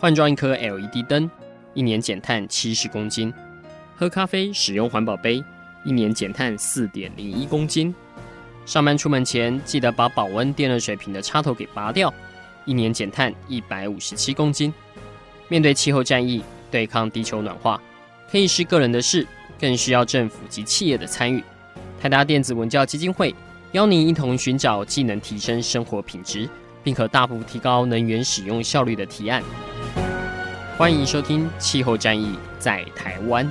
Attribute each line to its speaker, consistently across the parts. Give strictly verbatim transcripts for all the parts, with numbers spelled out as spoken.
Speaker 1: 换装一颗 L E D 灯，一年减碳七十公斤；喝咖啡使用环保杯，一年减碳 四点零一公斤；上班出门前记得把保温电热水瓶的插头给拔掉，一年减碳一百五十七公斤。面对气候战役，对抗地球暖化，可以是个人的事，更需要政府及企业的参与。台达电子文教基金会邀您一同寻找既能提升生活品质，并可大幅提高能源使用效率的提案。欢迎收听《气候战役在台湾》。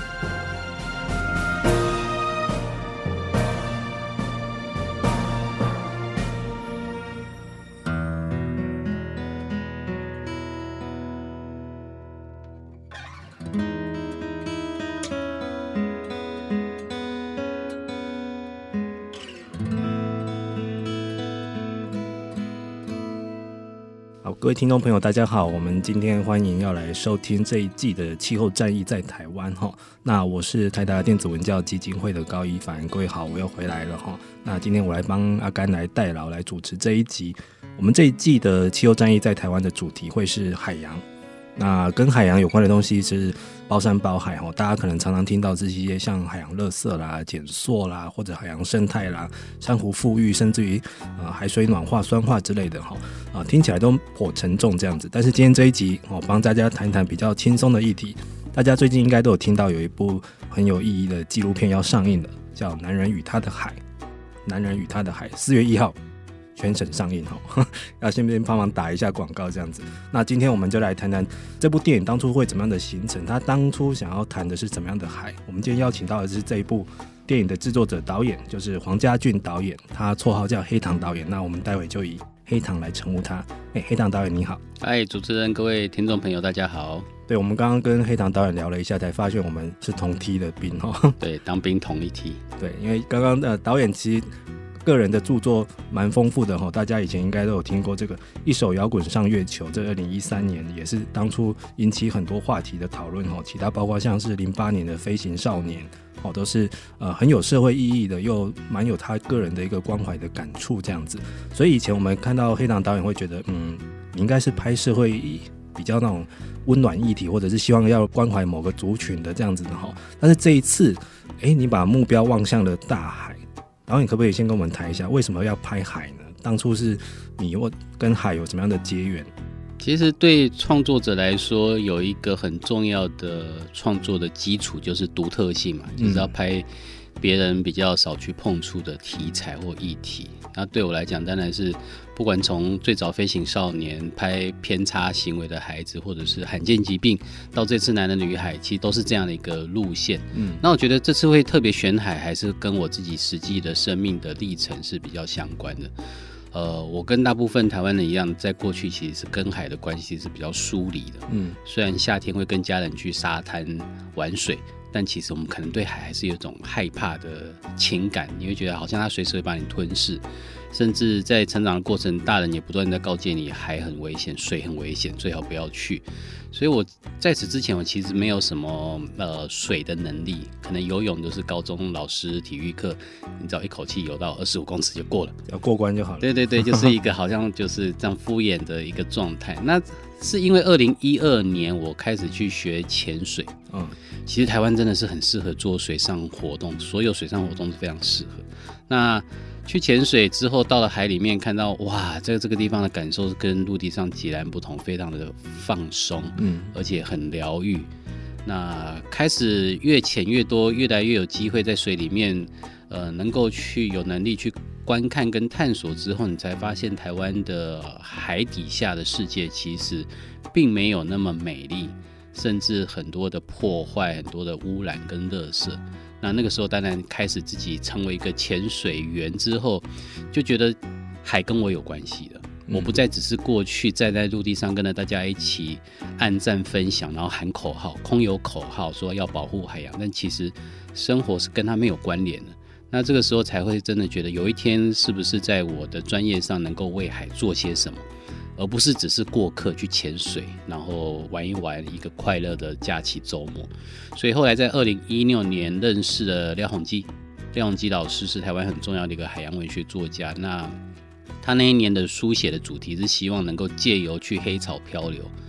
Speaker 2: 各位听众朋友大家好，我们今天欢迎要来收听这一季的气候战役在台湾。那我是台达电子文教基金会的高一凡，各位好，我又回来了。那今天我来帮阿甘来代劳来主持这一集。我们这一季的气候战役在台湾的主题会是海洋，那跟海洋有关的东西是包山包海，大家可能常常听到这些像海洋垃圾啦、减塑啦，或者海洋生态啦、珊瑚富裕，甚至于、呃、海水暖化、酸化之类的、呃、听起来都颇沉重这样子。但是今天这一集、哦、帮大家谈一谈比较轻松的议题。大家最近应该都有听到有一部很有意义的纪录片要上映了，叫《男人与他的海》。男人与他的海，四月一号全省上映，要先帮忙打一下广告这样子。那今天我们就来谈谈这部电影当初会怎么样的形成，他当初想要谈的是怎么样的海。我们今天邀请到的是这一部电影的制作者导演，就是黄家俊导演，他绰号叫黑糖导演，那我们待会就以黑糖来称呼他。欸、黑糖导演你好。
Speaker 3: 嗨，主持人，各位听众朋友大家好。
Speaker 2: 对，我们刚刚跟黑糖导演聊了一下，才发现我们是同梯的兵。
Speaker 3: 对，当兵同一梯。
Speaker 2: 对，因为刚刚的导演其实个人的著作蛮丰富的，大家以前应该都有听过这个一手摇滚上月球，这二零一三年也是当初引起很多话题的讨论，其他包括像是零八年的飞行少年，都是呃很有社会意义的，又蛮有他个人的一个关怀的感触这样子。所以以前我们看到黑糖导演会觉得嗯，你应该是拍社会比较那种温暖议题，或者是希望要关怀某个族群的这样子的。但是这一次欸，你把目标望向了大海，导演可不可以先跟我们谈一下为什么要拍海呢？当初是你跟海有什么样的结缘？
Speaker 3: 其实对创作者来说，有一个很重要的创作的基础就是独特性嘛，就是要拍别人比较少去碰触的题材或议题。那对我来讲，当然是不管从最早飞行少年拍偏差行为的孩子，或者是罕见疾病，到这次男人与海，其实都是这样的一个路线。嗯，那我觉得这次会特别选海，还是跟我自己实际的生命的历程是比较相关的。呃，我跟大部分台湾人一样，在过去其实是跟海的关系是比较疏离的。嗯，虽然夏天会跟家人去沙滩玩水，但其实我们可能对海还是有一种害怕的情感，你会觉得好像它随时会把你吞噬，甚至在成长的过程，大人也不断在告诫你海很危险，水很危险，最好不要去。所以我在此之前，我其实没有什么呃水的能力，可能游泳就是高中老师体育课，你只要一口气游到二十五公尺就过了，
Speaker 2: 要过关就好了。
Speaker 3: 对对对，就是一个好像就是这样敷衍的一个状态。那是因为二零一二年我开始去学潜水，嗯，其实台湾真的是很适合做水上活动，所有水上活动是非常适合。那去潜水之后，到了海里面看到哇，这个这个地方的感受是跟陆地上截然不同，非常的放松，嗯，而且很疗愈。那开始越潜越多，越来越有机会在水里面，呃，能够去有能力去观看跟探索之后，你才发现台湾的海底下的世界其实并没有那么美丽，甚至很多的破坏、很多的污染跟垃圾。那那个时候当然开始自己成为一个潜水员之后，就觉得海跟我有关系了。我不再只是过去站在陆地上跟着大家一起按赞分享，然后喊口号，空有口号说要保护海洋，但其实生活是跟它没有关联的。那这个时候才会真的觉得有一天是不是在我的专业上能够为海做些什么，而不是只是过客去潜水然后玩一玩一个快乐的假期周末。所以后来在二零一六年认识了廖鸿基，廖鸿基老师是台湾很重要的一个海洋文学作家。那他那一年的书写的主题是希望能够借由去黑潮漂流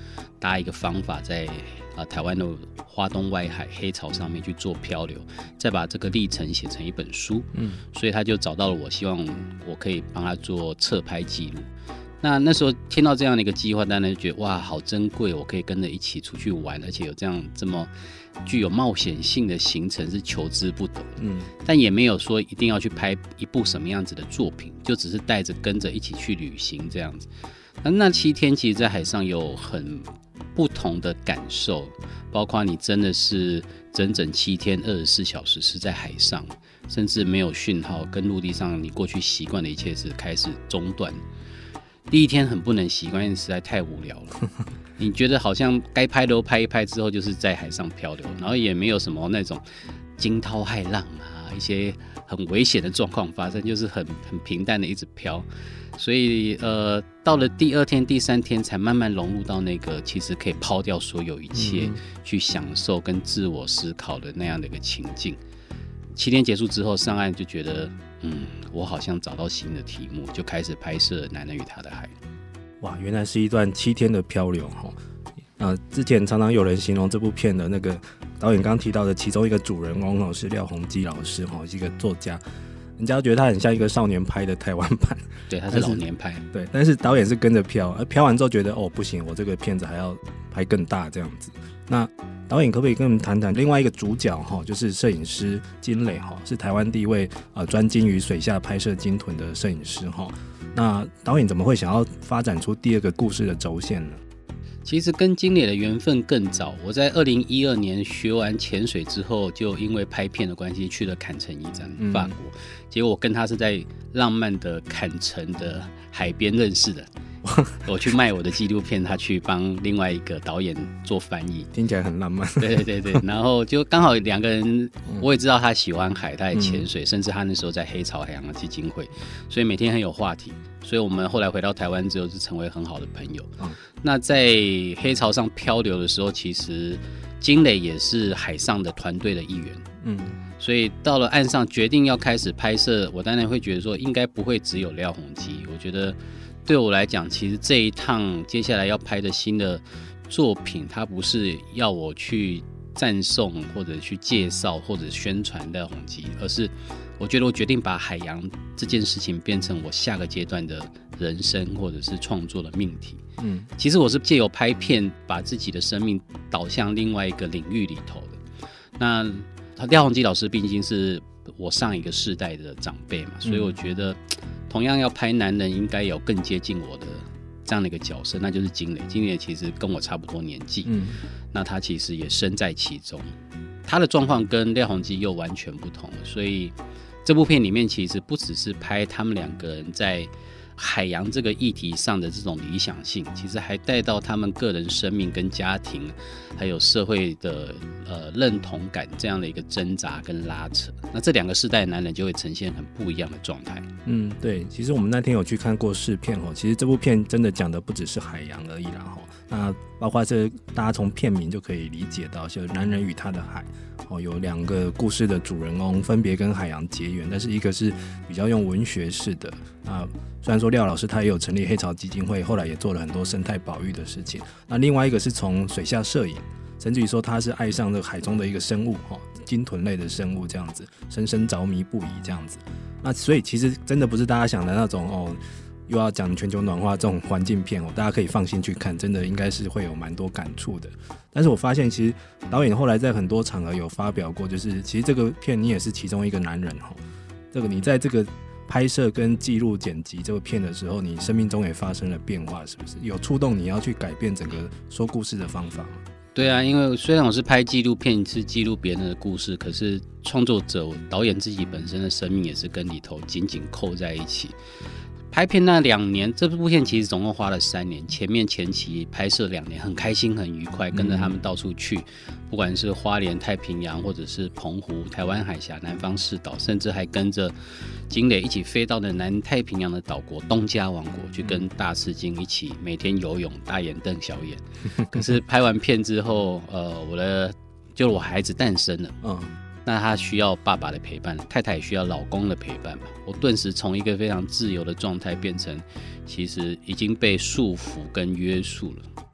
Speaker 3: 搭一个方法在啊，台湾的花东外海黑潮上面去做漂流，再把这个历程写成一本书。嗯，所以他就找到了我，希望我可以帮他做侧拍记录。那那时候听到这样的一个计划，当然就觉得哇，好珍贵，我可以跟着一起出去玩，而且有这样这么具有冒险性的行程是求之不得的。嗯，但也没有说一定要去拍一部什么样子的作品，就只是带着跟着一起去旅行这样子。那那七天其实在海上有很不同的感受，包括你真的是整整七天二十四小时是在海上，甚至没有讯号，跟陆地上你过去习惯的一切是开始中断。第一天很不能习惯，因为实在太无聊了。你觉得好像该拍的都拍一拍之后，就是在海上漂流，然后也没有什么那种惊涛骇浪啊，一些很危险的状况发生，就是很很平淡的一直飘。所以呃，到了第二天、第三天才慢慢融入到那个其实可以抛掉所有一切，嗯、去享受跟自我思考的那样的一个情境。七天结束之后，上岸就觉得，嗯，我好像找到新的题目，就开始拍摄《男人与他的海》。
Speaker 2: 哇，原来是一段七天的漂流哈。呃，之前常常有人形容这部片的那个导演刚提到的其中一个主人公哦，是廖鸿基老师哈，一个作家。人家觉得他很像一个少年拍的台湾版，
Speaker 3: 对，他是老年拍，
Speaker 2: 对，但是导演是跟着飘，而飘完之后觉得哦不行，我这个片子还要拍更大这样子。那导演可不可以跟我们谈谈另外一个主角哈，就是摄影师金磊哈，是台湾第一位呃专精于水下拍摄鲸豚的摄影师哈。那导演怎么会想要发展出第二个故事的轴线呢？
Speaker 3: 其实跟金磊的缘分更早，我在二零一二年学完潜水之后，就因为拍片的关系去了坎城一站，法国。嗯、结果我跟他是在浪漫的坎城的海边认识的。我去卖我的纪录片，他去帮另外一个导演做翻译，
Speaker 2: 听起来很浪漫。
Speaker 3: 对对对对，然后就刚好两个人，我也知道他喜欢海，他也潜水，嗯、甚至他那时候在黑潮海洋基金会，所以每天很有话题。所以我们后来回到台湾之后，就成为很好的朋友。嗯、那在黑潮上漂流的时候，其实金磊也是海上的团队的一员。嗯，所以到了岸上决定要开始拍摄，我当然会觉得说，应该不会只有廖鸿基。我觉得对我来讲，其实这一趟接下来要拍的新的作品，它不是要我去赞颂或者去介绍或者宣传廖鸿基，而是我觉得我决定把海洋这件事情变成我下个阶段的人生或者是创作的命题。嗯，其实我是借由拍片把自己的生命导向另外一个领域里头的。那廖鸿基老师毕竟是我上一个世代的长辈嘛，所以我觉得同样要拍男人，应该有更接近我的这样的一个角色，那就是金磊。金磊其实跟我差不多年纪，嗯，那他其实也身在其中，他的状况跟廖鸿基又完全不同，所以这部片里面其实不只是拍他们两个人在海洋这个议题上的这种理想性，其实还带到他们个人生命跟家庭还有社会的呃认同感这样的一个挣扎跟拉扯，那这两个世代的男人就会呈现很不一样的状态。嗯，
Speaker 2: 对，其实我们那天有去看过试片，其实这部片真的讲的不只是海洋而已啦，那包括这大家从片名就可以理解到，就是男人与他的海，有两个故事的主人公分别跟海洋结缘，但是一个是比较用文学式的，那虽然说廖老师他也有成立黑潮基金会，后来也做了很多生态保育的事情，那另外一个是从水下摄影，甚至于说他是爱上了海中的一个生物，鲸豚类的生物这样子，深深着迷不已这样子。那所以其实真的不是大家想的那种哦，又要讲全球暖化这种环境片哦，大家可以放心去看，真的应该是会有蛮多感触的。但是我发现其实导演后来在很多场合有发表过，就是其实这个片你也是其中一个男人哦，这个你在这个拍摄跟记录剪辑这个片的时候，你生命中也发生了变化，是不是有触动你要去改变整个说故事的方法吗？
Speaker 3: 对啊，因为虽然我是拍纪录片，是记录别人的故事，可是创作者导演自己本身的生命也是跟里头紧紧扣在一起。拍片那两年，这部片其实总共花了三年，前面前期拍摄两年，很开心很愉快，跟着他们到处去，不管是花莲、太平洋，或者是澎湖、台湾海峡、南方四岛，甚至还跟着金磊一起飞到的南太平洋的岛国东加王国，去跟大赤鲸一起每天游泳，大眼瞪小眼。可是拍完片之后，呃，我的就我孩子诞生了，嗯。那他需要爸爸的陪伴，太太也需要老公的陪伴嘛。我顿时从一个非常自由的状态变成其实已经被束缚跟约束了。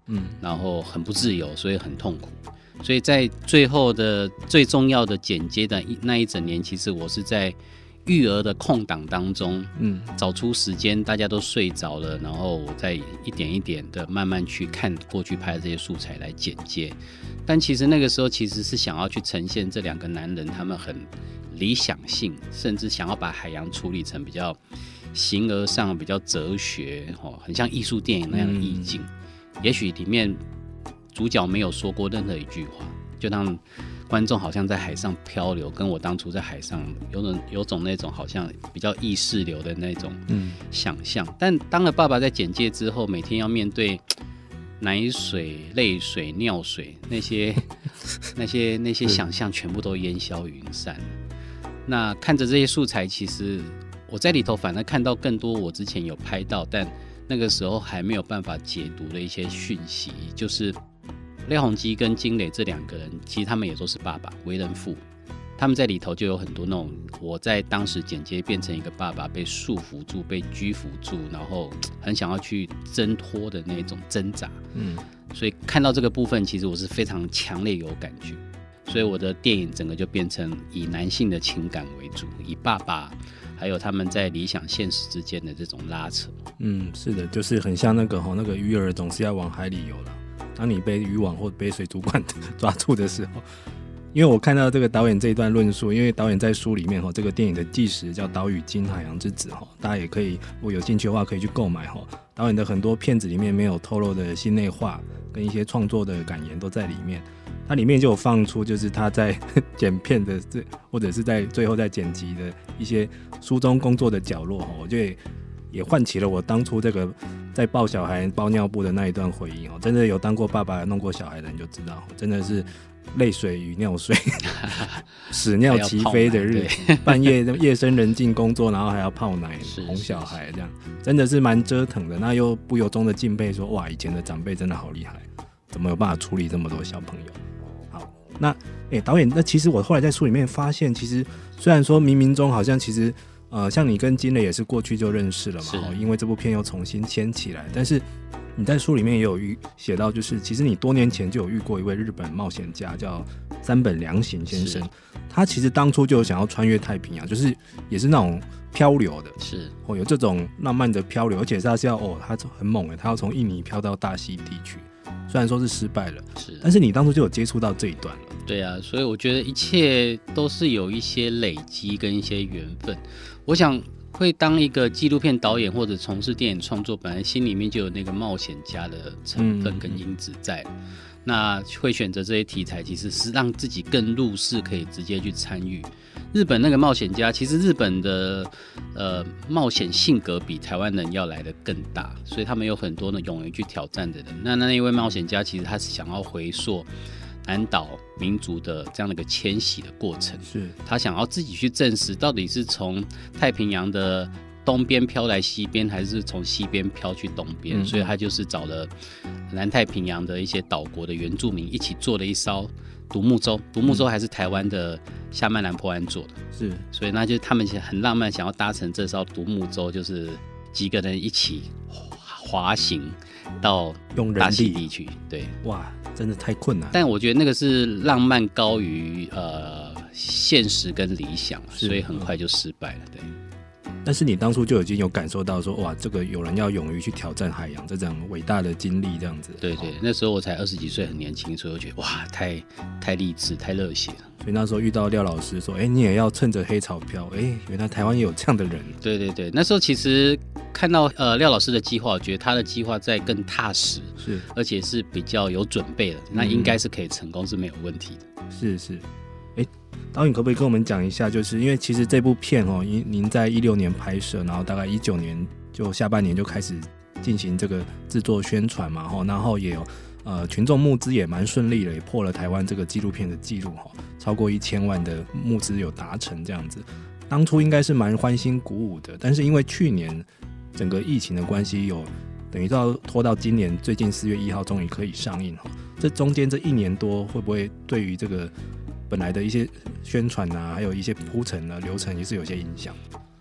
Speaker 3: 嗯，然后很不自由，所以很痛苦。所以在最后的最重要的剪接的那一整年，其实我是在育儿的空档当中，嗯，找出时间，大家都睡着了，然后我再一点一点的慢慢去看过去拍的这些素材来剪接。但其实那个时候其实是想要去呈现这两个男人他们很理想性，甚至想要把海洋处理成比较形而上比较哲学，很像艺术电影那样的意境。嗯、也许里面主角没有说过任何一句话，就让观众好像在海上漂流，跟我当初在海上有种有种那种好像比较意识流的那种想象。嗯、但当了爸爸在简介之后，每天要面对奶水、泪水、尿水那些那些那些想象，全部都烟消云散。那看着这些素材，其实我在里头反而看到更多我之前有拍到，但那个时候还没有办法解读的一些讯息，就是廖鸿基跟金磊这两个人，其实他们也都是爸爸，为人父。他们在里头就有很多那种我在当时剪接变成一个爸爸，被束缚住、被拘缚住，然后很想要去挣脱的那种挣扎。嗯，所以看到这个部分，其实我是非常强烈有感觉。所以我的电影整个就变成以男性的情感为主，以爸爸还有他们在理想现实之间的这种拉扯。
Speaker 2: 嗯，是的，就是很像那个那个鱼儿总是要往海里游了。当你被渔网或被水族馆抓住的时候，因为我看到这个导演这一段论述，因为导演在书里面这个电影的纪实叫《岛屿金海洋之子》，大家也可以如果有兴趣的话可以去购买。导演的很多片子里面没有透露的心内话跟一些创作的感言都在里面。它里面就有放出就是他在剪片的或者是在最后在剪辑的一些书中工作的角落，我觉得也唤起了我当初这个在抱小孩包尿布的那一段回忆。真的有当过爸爸弄过小孩的人就知道，真的是泪水与尿水屎尿齐飞的日子，半夜夜深人静工作，然后还要泡奶哄小孩，这样真的是蛮折腾的。那又不由衷的敬佩说，哇，以前的长辈真的好厉害，怎么有办法处理这么多小朋友。好，那、欸、导演，那其实我后来在书里面发现，其实虽然说冥冥中好像其实呃，像你跟金磊也是过去就认识了嘛，因为这部片又重新牵起来，但是你在书里面也有写到，就是其实你多年前就有遇过一位日本冒险家叫三本良行先生，他其实当初就有想要穿越太平洋，就是也是那种漂流的，
Speaker 3: 是、
Speaker 2: 哦、有这种浪漫的漂流，而且他是要哦，他很猛的，他要从印尼漂到大溪地区，虽然说是失败了，是，但是你当初就有接触到这一段了。
Speaker 3: 对啊，所以我觉得一切都是有一些累积跟一些缘分。我想会当一个纪录片导演或者从事电影创作，本来心里面就有那个冒险家的成分跟因子在、嗯、那会选择这些题材其实是让自己更入世，可以直接去参与。日本那个冒险家，其实日本的呃冒险性格比台湾人要来的更大，所以他们有很多的勇于去挑战的人。那那一位冒险家其实他是想要回溯南岛民族的这样的一个迁徙的过程，是他想要自己去证实到底是从太平洋的东边飘来西边，还是从西边飘去东边、嗯、所以他就是找了南太平洋的一些岛国的原住民一起做了一艘独木舟，独木舟还是台湾的夏曼兰坡安做的，是，所以那就他们很浪漫，想要搭乘这艘独木舟，就是几个人一起滑行到大溪地区。对，
Speaker 2: 哇，真的太困难。
Speaker 3: 但我觉得那个是浪漫高于呃现实跟理想，所以很快就失败了。对。
Speaker 2: 但是你当初就已经有感受到说，哇，这个有人要勇于去挑战海洋，这种伟大的经历，这样子。
Speaker 3: 对对，那时候我才二十几岁，很年轻，所以我觉得哇，太太励志，太热血了。
Speaker 2: 所以那时候遇到廖老师说，哎、欸，你也要趁着黑潮漂，哎、欸，原来台湾也有这样的人。
Speaker 3: 对对对，那时候其实看到呃廖老师的计划，我觉得他的计划在更踏实，是，而且是比较有准备的，那应该是可以成功，是没有问题的。
Speaker 2: 是是。哎，导演可不可以跟我们讲一下，就是因为其实这部片哦，您在一六年拍摄，然后大概一九年就下半年就开始进行这个制作宣传嘛，然后也有呃群众募资也蛮顺利的，也破了台湾这个纪录片的记录哈，超过一千万的募资有达成这样子。当初应该是蛮欢欣鼓舞的，但是因为去年整个疫情的关系，有等于到拖到今年最近四月一号终于可以上映哈。这中间这一年多会不会对于这个本来的一些宣传啊，还有一些铺陈啊流程也是有些影响？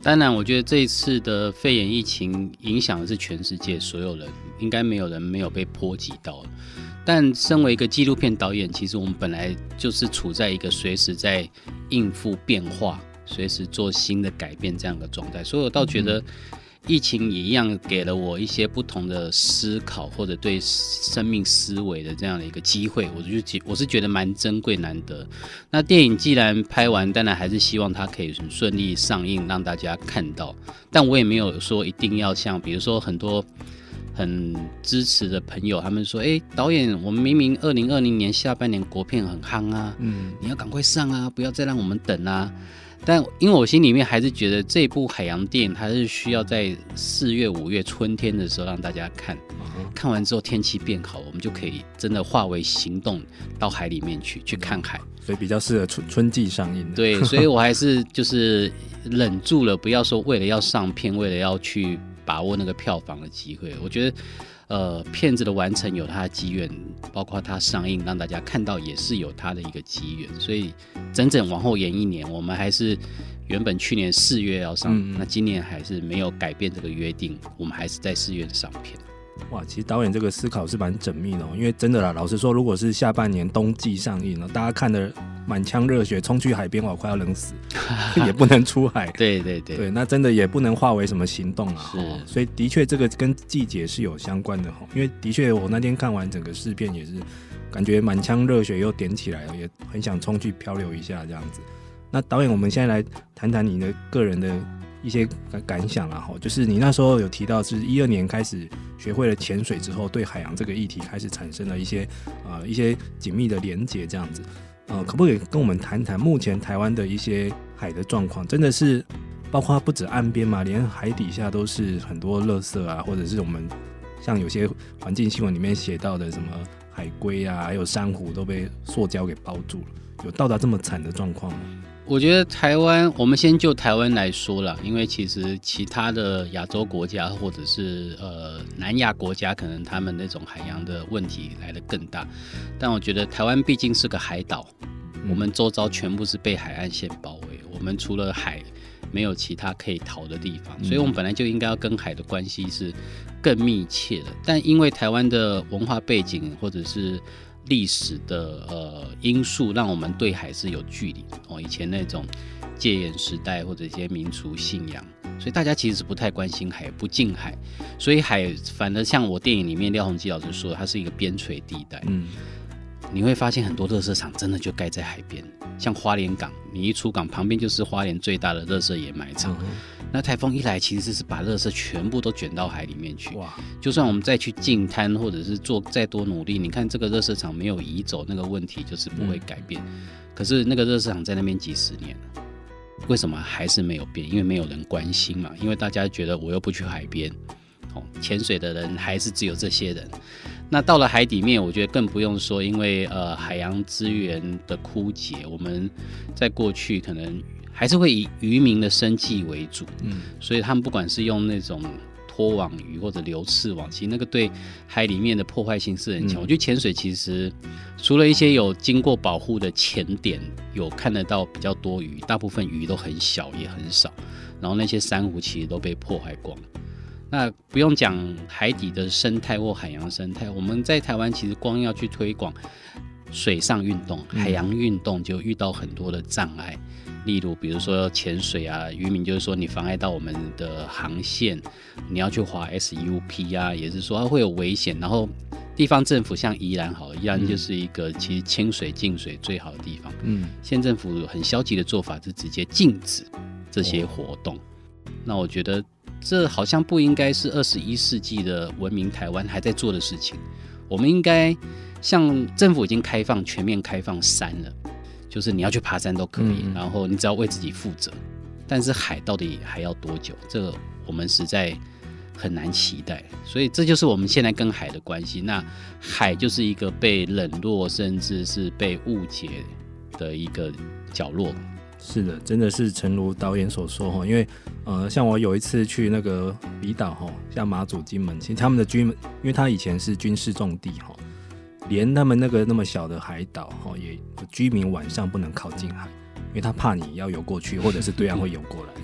Speaker 3: 当然我觉得这一次的肺炎疫情影响的是全世界所有人，应该没有人没有被波及到。但身为一个纪录片导演，其实我们本来就是处在一个随时在应付变化，随时做新的改变这样的状态，所以我倒觉得疫情也一样给了我一些不同的思考，或者对生命思维的这样的一个机会，我就我是觉得蛮珍贵难得。那电影既然拍完，当然还是希望它可以很顺利上映，让大家看到。但我也没有说一定要像，比如说很多很支持的朋友，他们说：“哎，导演，我们明明二零二零年下半年国片很夯啊，嗯，你要赶快上啊，不要再让我们等啊。”但因为我心里面还是觉得这部海洋电影它是需要在四月五月春天的时候让大家看，嗯、看完之后天气变好，我们就可以真的化为行动到海里面去去看海，
Speaker 2: 所以比较适合春春季上映的。
Speaker 3: 对，所以我还是就是忍住了，不要说为了要上片，为了要去把握那个票房的机会。我觉得呃，片子的完成有它的机缘，包括它上映让大家看到也是有它的一个机缘，所以整整往后延一年，我们还是原本去年四月要上，嗯、那今年还是没有改变这个约定，我们还是在四月上片。
Speaker 2: 哇，其实导演这个思考是蛮缜密的哦，因为真的啦，老实说，如果是下半年冬季上映了，大家看的满腔热血，冲去海边，我快要冷死，也不能出海。
Speaker 3: 对对对，
Speaker 2: 对，那真的也不能化为什么行动啊。
Speaker 3: 是，
Speaker 2: 所以的确这个跟季节是有相关的哈。因为的确我那天看完整个试片也是感觉满腔热血又点起来了，也很想冲去漂流一下这样子。那导演，我们现在来谈谈你的个人的一些感想啊，就是你那时候有提到是一二年开始学会了潜水之后，对海洋这个议题开始产生了一些呃一些紧密的连结这样子。呃，可不可以跟我们谈谈目前台湾的一些海的状况？真的是包括不止岸边嘛，连海底下都是很多垃圾啊，或者是我们像有些环境新闻里面写到的什么海龟啊，还有珊瑚都被塑胶给包住了，有到达这么惨的状况吗？
Speaker 3: 我觉得台湾，我们先就台湾来说啦，因为其实其他的亚洲国家或者是呃南亚国家，可能他们那种海洋的问题来得更大。但我觉得台湾毕竟是个海岛，我们周遭全部是被海岸线包围，我们除了海没有其他可以逃的地方，所以我们本来就应该要跟海的关系是更密切的。但因为台湾的文化背景或者是历史的呃因素，让我们对海是有距离哦。以前那种戒严时代或者一些民族信仰，所以大家其实不太关心海，不近海，所以海反而像我电影里面廖鸿基老师说，它是一个边陲地带。嗯，你会发现很多垃圾场真的就盖在海边，像花莲港，你一出港旁边就是花莲最大的垃圾掩埋场。嗯，那台风一来，其实是把垃圾全部都卷到海里面去。哇！就算我们再去净滩，或者是做再多努力，你看这个垃圾场没有移走，那个问题就是不会改变。嗯、可是那个垃圾场在那边几十年了，为什么还是没有变？因为没有人关心嘛，因为大家觉得我又不去海边，哦，潜水的人还是只有这些人。那到了海底面，我觉得更不用说，因为呃海洋资源的枯竭，我们在过去可能还是会以渔民的生计为主，嗯，所以他们不管是用那种拖网鱼或者流刺网，其实那个对海里面的破坏性是很强。嗯、我觉得潜水其实除了一些有经过保护的潜点有看得到比较多鱼，大部分鱼都很小也很少，然后那些珊瑚其实都被破坏光。那不用讲海底的生态或海洋生态，我们在台湾其实光要去推广水上运动、海洋运动，就遇到很多的障碍。例如比如说潜水啊，渔民就是说你妨碍到我们的航线，你要去划 S U P 啊，也是说它会有危险。然后地方政府像宜兰好了，宜兰就是一个其实清水净水最好的地方，嗯，县政府很消极的做法是直接禁止这些活动。哦、那我觉得这好像不应该是二十一世纪的文明台湾还在做的事情。我们应该像政府已经开放全面开放山了，就是你要去爬山都可以，嗯、然后你只要为自己负责。但是海到底还要多久？这个我们实在很难期待。所以这就是我们现在跟海的关系。那海就是一个被冷落甚至是被误解的一个角落。
Speaker 2: 是的，真的是诚如导演所说，因为呃，像我有一次去那个离岛，像马祖、金门，其实他们的居民，因为他以前是军事重地，连他们那个那么小的海岛，也居民晚上不能靠近海，因为他怕你要游过去，或者是对岸会游过来，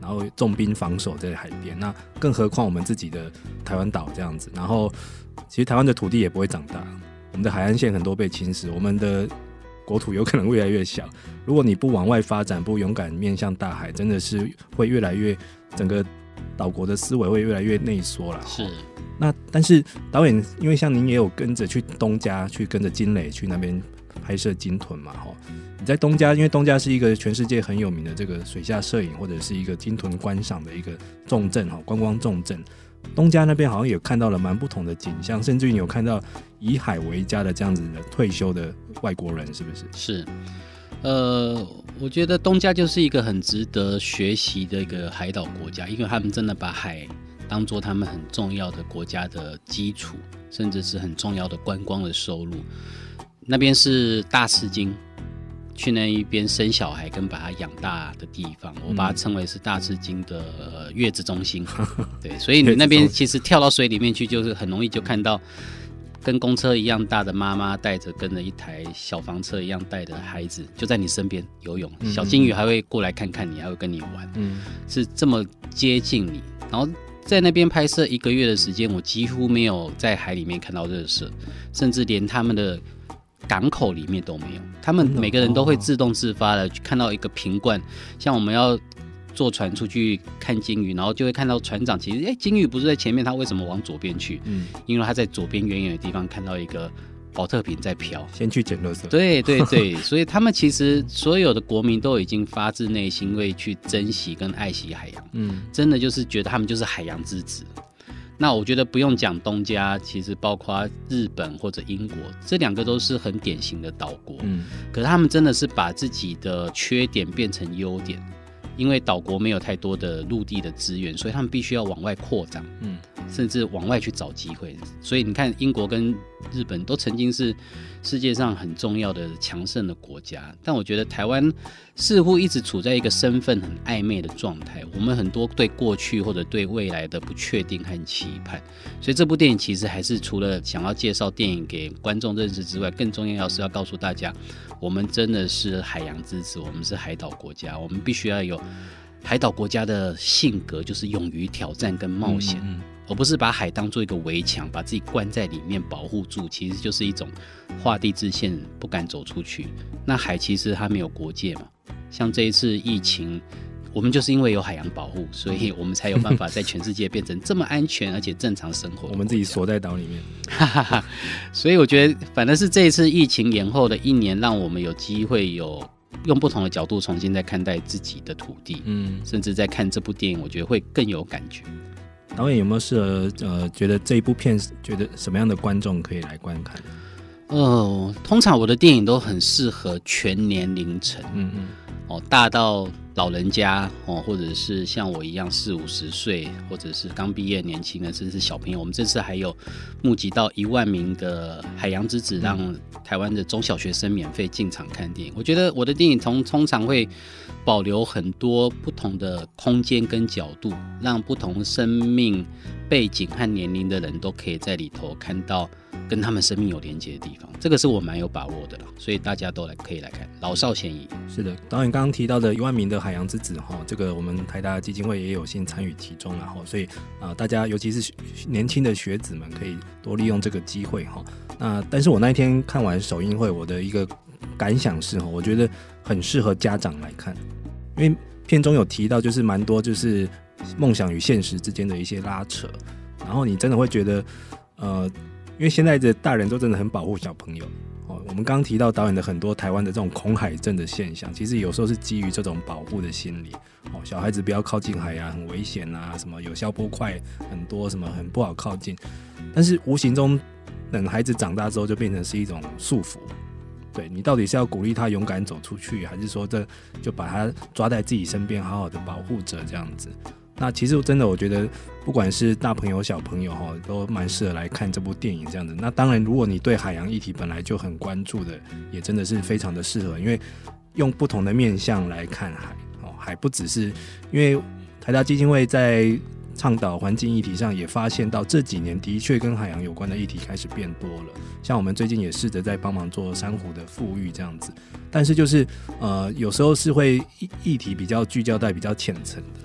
Speaker 2: 然后重兵防守在海边，那更何况我们自己的台湾岛这样子，然后其实台湾的土地也不会长大，我们的海岸线很多被侵蚀，我们的国土有可能越来越小，如果你不往外发展，不勇敢面向大海，真的是会越来越整个岛国的思维会越来越内缩啦。
Speaker 3: 是。
Speaker 2: 那但是导演，因为像您也有跟着去东家，去跟着金磊去那边拍摄鲸豚嘛，齁，你在东家，因为东家是一个全世界很有名的这个水下摄影或者是一个鲸豚观赏的一个重镇，观光重镇。东家那边好像也看到了蛮不同的景象，甚至于你有看到以海为家的这样子的退休的外国人，是不是？
Speaker 3: 是。呃，我觉得东家就是一个很值得学习的一个海岛国家，因为他们真的把海当作他们很重要的国家的基础，甚至是很重要的观光的收入。那边是大翅鲸去那一边生小孩跟把它养大的地方，我把它称为是大翅鲸的、呃、月子中心。对，所以你那边其实跳到水里面去，就是很容易就看到跟公车一样大的妈妈带着跟着一台小房车一样带的孩子，就在你身边游泳，小金鱼还会过来看看你，还会跟你玩，嗯，是这么接近你。然后在那边拍摄一个月的时间，我几乎没有在海里面看到热射，甚至连他们的港口里面都没有，他们每个人都会自动自发的看到一个瓶罐，像我们要坐船出去看鲸鱼，然后就会看到船长其实哎，鲸鱼不是在前面，他为什么往左边去？嗯，因为他在左边远远的地方看到一个保特瓶在飘，
Speaker 2: 先去捡垃圾。
Speaker 3: 对对对，所以他们其实所有的国民都已经发自内心会去珍惜跟爱惜海洋，嗯，真的就是觉得他们就是海洋之子。那我觉得不用讲东家，其实包括日本或者英国，这两个都是很典型的岛国，嗯，可是他们真的是把自己的缺点变成优点。因为岛国没有太多的陆地的资源，所以他们必须要往外扩张，嗯，甚至往外去找机会。所以你看，英国跟日本都曾经是世界上很重要的强盛的国家，但我觉得台湾似乎一直处在一个身份很暧昧的状态。我们很多对过去或者对未来的不确定和期盼，所以这部电影其实还是除了想要介绍电影给观众认识之外，更重要是要告诉大家，我们真的是海洋之子，我们是海岛国家，我们必须要有海岛国家的性格，就是勇于挑战跟冒险，嗯嗯，而不是把海当作一个围墙，把自己关在里面保护住，其实就是一种画地自限，不敢走出去。那海其实它没有国界嘛，像这一次疫情，我们就是因为有海洋保护，所以我们才有办法在全世界变成这么安全而且正常生活。
Speaker 2: 我们自己锁在岛里面，
Speaker 3: 所以我觉得反正是这一次疫情延后的一年，让我们有机会有用不同的角度重新再看待自己的土地，嗯，甚至在看这部电影，我觉得会更有感觉。
Speaker 2: 导演有没有适合呃，觉得这一部片，觉得什么样的观众可以来观看？
Speaker 3: 哦，通常我的电影都很适合全年龄层，嗯嗯，哦，大到老人家哦，或者是像我一样四五十岁，或者是刚毕业年轻人，甚至是小朋友。我们这次还有募集到一万名的海洋之子，让台湾的中小学生免费进场看电影。我觉得我的电影通通常会保留很多不同的空间跟角度，让不同生命背景和年龄的人都可以在里头看到跟他们生命有连结的地方，这个是我蛮有把握的了，所以大家都来可以来看，老少咸宜。
Speaker 2: 是的，导演刚刚提到的一万名的海洋之子哈，这个我们台大基金会也有幸参与其中了哈，所以啊、呃，大家尤其是年轻的学子们可以多利用这个机会哈。那但是我那一天看完首映会，我的一个感想是哈，我觉得很适合家长来看，因为片中有提到就是蛮多就是梦想与现实之间的一些拉扯，然后你真的会觉得呃。因为现在的大人都真的很保护小朋友、哦、我们刚刚提到导演的很多台湾的这种恐海症的现象，其实有时候是基于这种保护的心理、哦、小孩子不要靠近海啊，很危险啊，什么有消波块很多，什么很不好靠近，但是无形中等孩子长大之后就变成是一种束缚，对，你到底是要鼓励他勇敢走出去，还是说这就把他抓在自己身边好好的保护着这样子。那其实真的我觉得不管是大朋友小朋友都蛮适合来看这部电影这样子。那当然如果你对海洋议题本来就很关注的，也真的是非常的适合，因为用不同的面向来看海，海不只是因为台大基金会在倡导环境议题上也发现到这几年的确跟海洋有关的议题开始变多了，像我们最近也试着在帮忙做珊瑚的复育这样子，但是就是呃有时候是会议题比较聚焦在比较浅层的，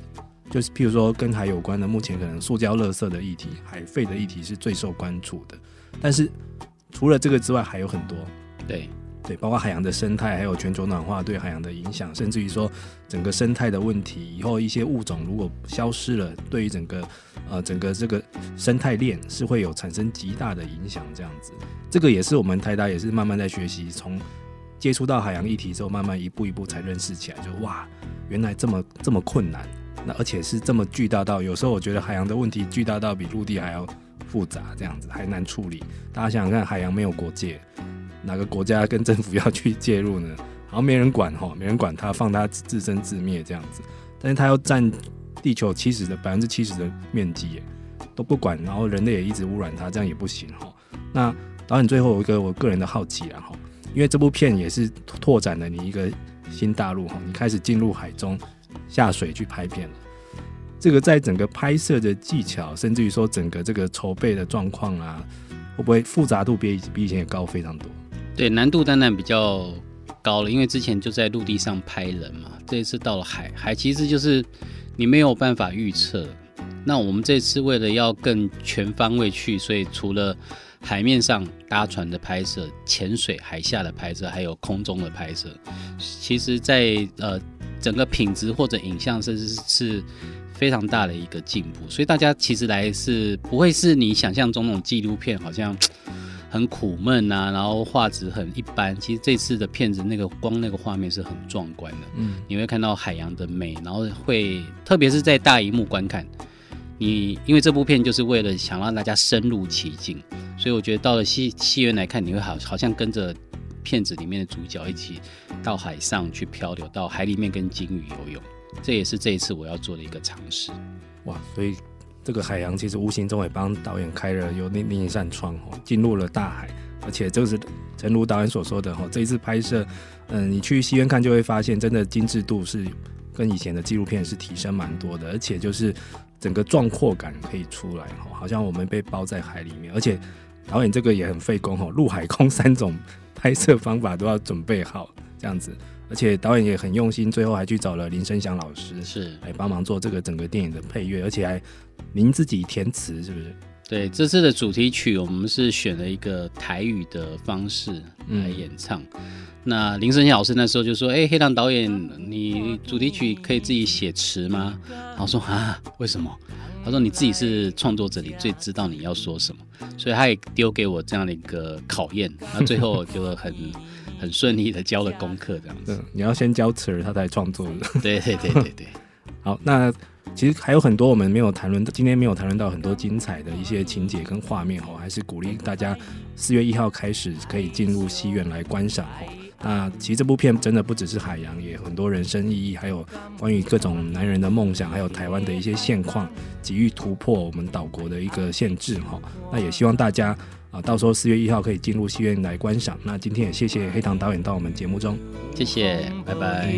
Speaker 2: 就是譬如说跟海有关的，目前可能塑胶垃圾的议题、海废的议题是最受关注的。但是除了这个之外，还有很多，
Speaker 3: 对
Speaker 2: 对，包括海洋的生态，还有全球暖化对海洋的影响，甚至于说整个生态的问题，以后一些物种如果消失了，对于整个呃整个这个生态链是会有产生极大的影响。这样子，这个也是我们台大也是慢慢在学习，从接触到海洋议题之后，慢慢一步一步才认识起来，就哇，原来这么这么困难，那而且是这么巨大到，有时候我觉得海洋的问题巨大到比陆地还要复杂，这样子还难处理。大家想想看，海洋没有国界，哪个国家跟政府要去介入呢？好像没人管齁，没人管它，放它自生自灭这样子。但是它要占地球七十的百分之七十的面积耶，都不管，然后人类也一直污染它，这样也不行齁。那导演最后有一个我个人的好奇啦齁，因为这部片也是拓展了你一个新大陆齁，你开始进入海中下水去拍片了。这个在整个拍摄的技巧，甚至于说整个这个筹备的状况啊，会不会复杂度比比以前也高非常多？
Speaker 3: 对，难度当然比较高了，因为之前就在陆地上拍人嘛，这一次到了海，海其实就是你没有办法预测。那我们这次为了要更全方位去，所以除了海面上搭船的拍摄、潜水海下的拍摄，还有空中的拍摄，其实在呃整个品质或者影像甚至是非常大的一个进步。所以大家其实来是不会是你想象中那种纪录片，好像很苦闷啊，然后画质很一般。其实这次的片子那个光那个画面是很壮观的，嗯，你会看到海洋的美，然后会特别是在大荧幕观看。你因为这部片就是为了想让大家深入其境，所以我觉得到了戏戏院来看，你会好好像跟着片子里面的主角一起到海上去漂流，到海里面跟鲸鱼游泳。这也是这一次我要做的一个尝试。
Speaker 2: 哇，所以这个海洋其实无形中也帮导演开了有另另一扇窗，进入了大海。而且就是诚如导演所说的，这一次拍摄，嗯，你去戏院看就会发现，真的精致度是跟以前的纪录片是提升蛮多的，而且就是整个壮阔感可以出来，好像我们被包在海里面。而且导演这个也很费工，陆海空三种拍摄方法都要准备好这样子。而且导演也很用心，最后还去找了林生祥老师是来帮忙做这个整个电影的配乐，而且还您自己填词，是不是？
Speaker 3: 对，这次的主题曲我们是选了一个台语的方式来演唱。嗯、那林生祥老师那时候就说：“哎、欸，黑糖导演，你主题曲可以自己写词吗？”然后说：“啊，为什么？”他说：“你自己是创作者，你最知道你要说什么。”所以他也丢给我这样的一个考验。那最后就很。很顺利的交了功课，这样子。
Speaker 2: 嗯，你要先交词，他才创作的。
Speaker 3: 对对对对对。
Speaker 2: 好，那其实还有很多我们没有谈论，今天没有谈论到很多精彩的一些情节跟画面哦，还是鼓励大家四月一号开始可以进入戏院来观赏哦。那其实这部片真的不只是海洋，也很多人生意义，还有关于各种男人的梦想，还有台湾的一些现况，急于突破我们岛国的一个限制哈。那也希望大家。啊，到时候四月一号可以进入戏院来观赏。那今天也谢谢黑糖导演到我们节目中，
Speaker 3: 谢谢，拜拜。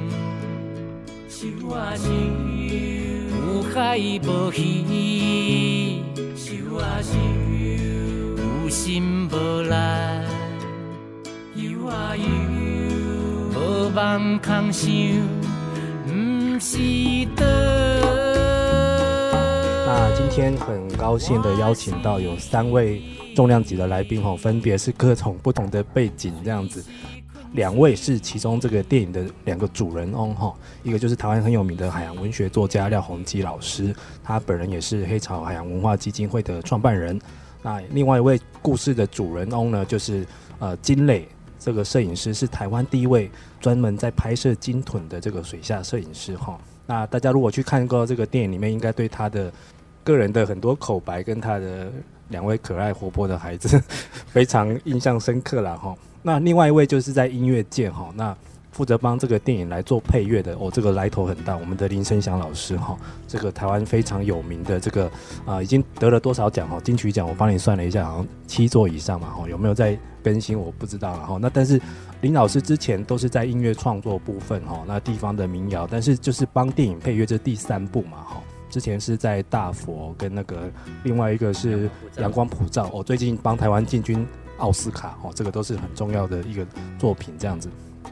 Speaker 2: 那今天很高兴的邀请到有三位重量级的来宾，分别是各种不同的背景这样子。两位是其中这个电影的两个主人翁，一个就是台湾很有名的海洋文学作家廖鸿基老师，他本人也是黑潮海洋文化基金会的创办人。那另外一位故事的主人翁呢，就是呃金磊这个摄影师，是台湾第一位专门在拍摄鲸豚的这个水下摄影师。那大家如果去看过这个电影里面，应该对他的个人的很多口白跟他的两位可爱活泼的孩子非常印象深刻啦齁。那另外一位就是在音乐界齁，那负责帮这个电影来做配乐的哦，这个来头很大，我们的林生祥老师齁，这个台湾非常有名的这个啊、呃，已经得了多少奖齁？金曲奖我帮你算了一下，好像七座以上嘛齁，有没有在更新我不知道了齁。那但是林老师之前都是在音乐创作部分齁，那地方的民谣，但是就是帮电影配乐，这第三部嘛齁。之前是在大佛跟那个另外一个是阳光普照哦，最近帮台湾进军奥斯卡哦，这个都是很重要的一个作品这样子。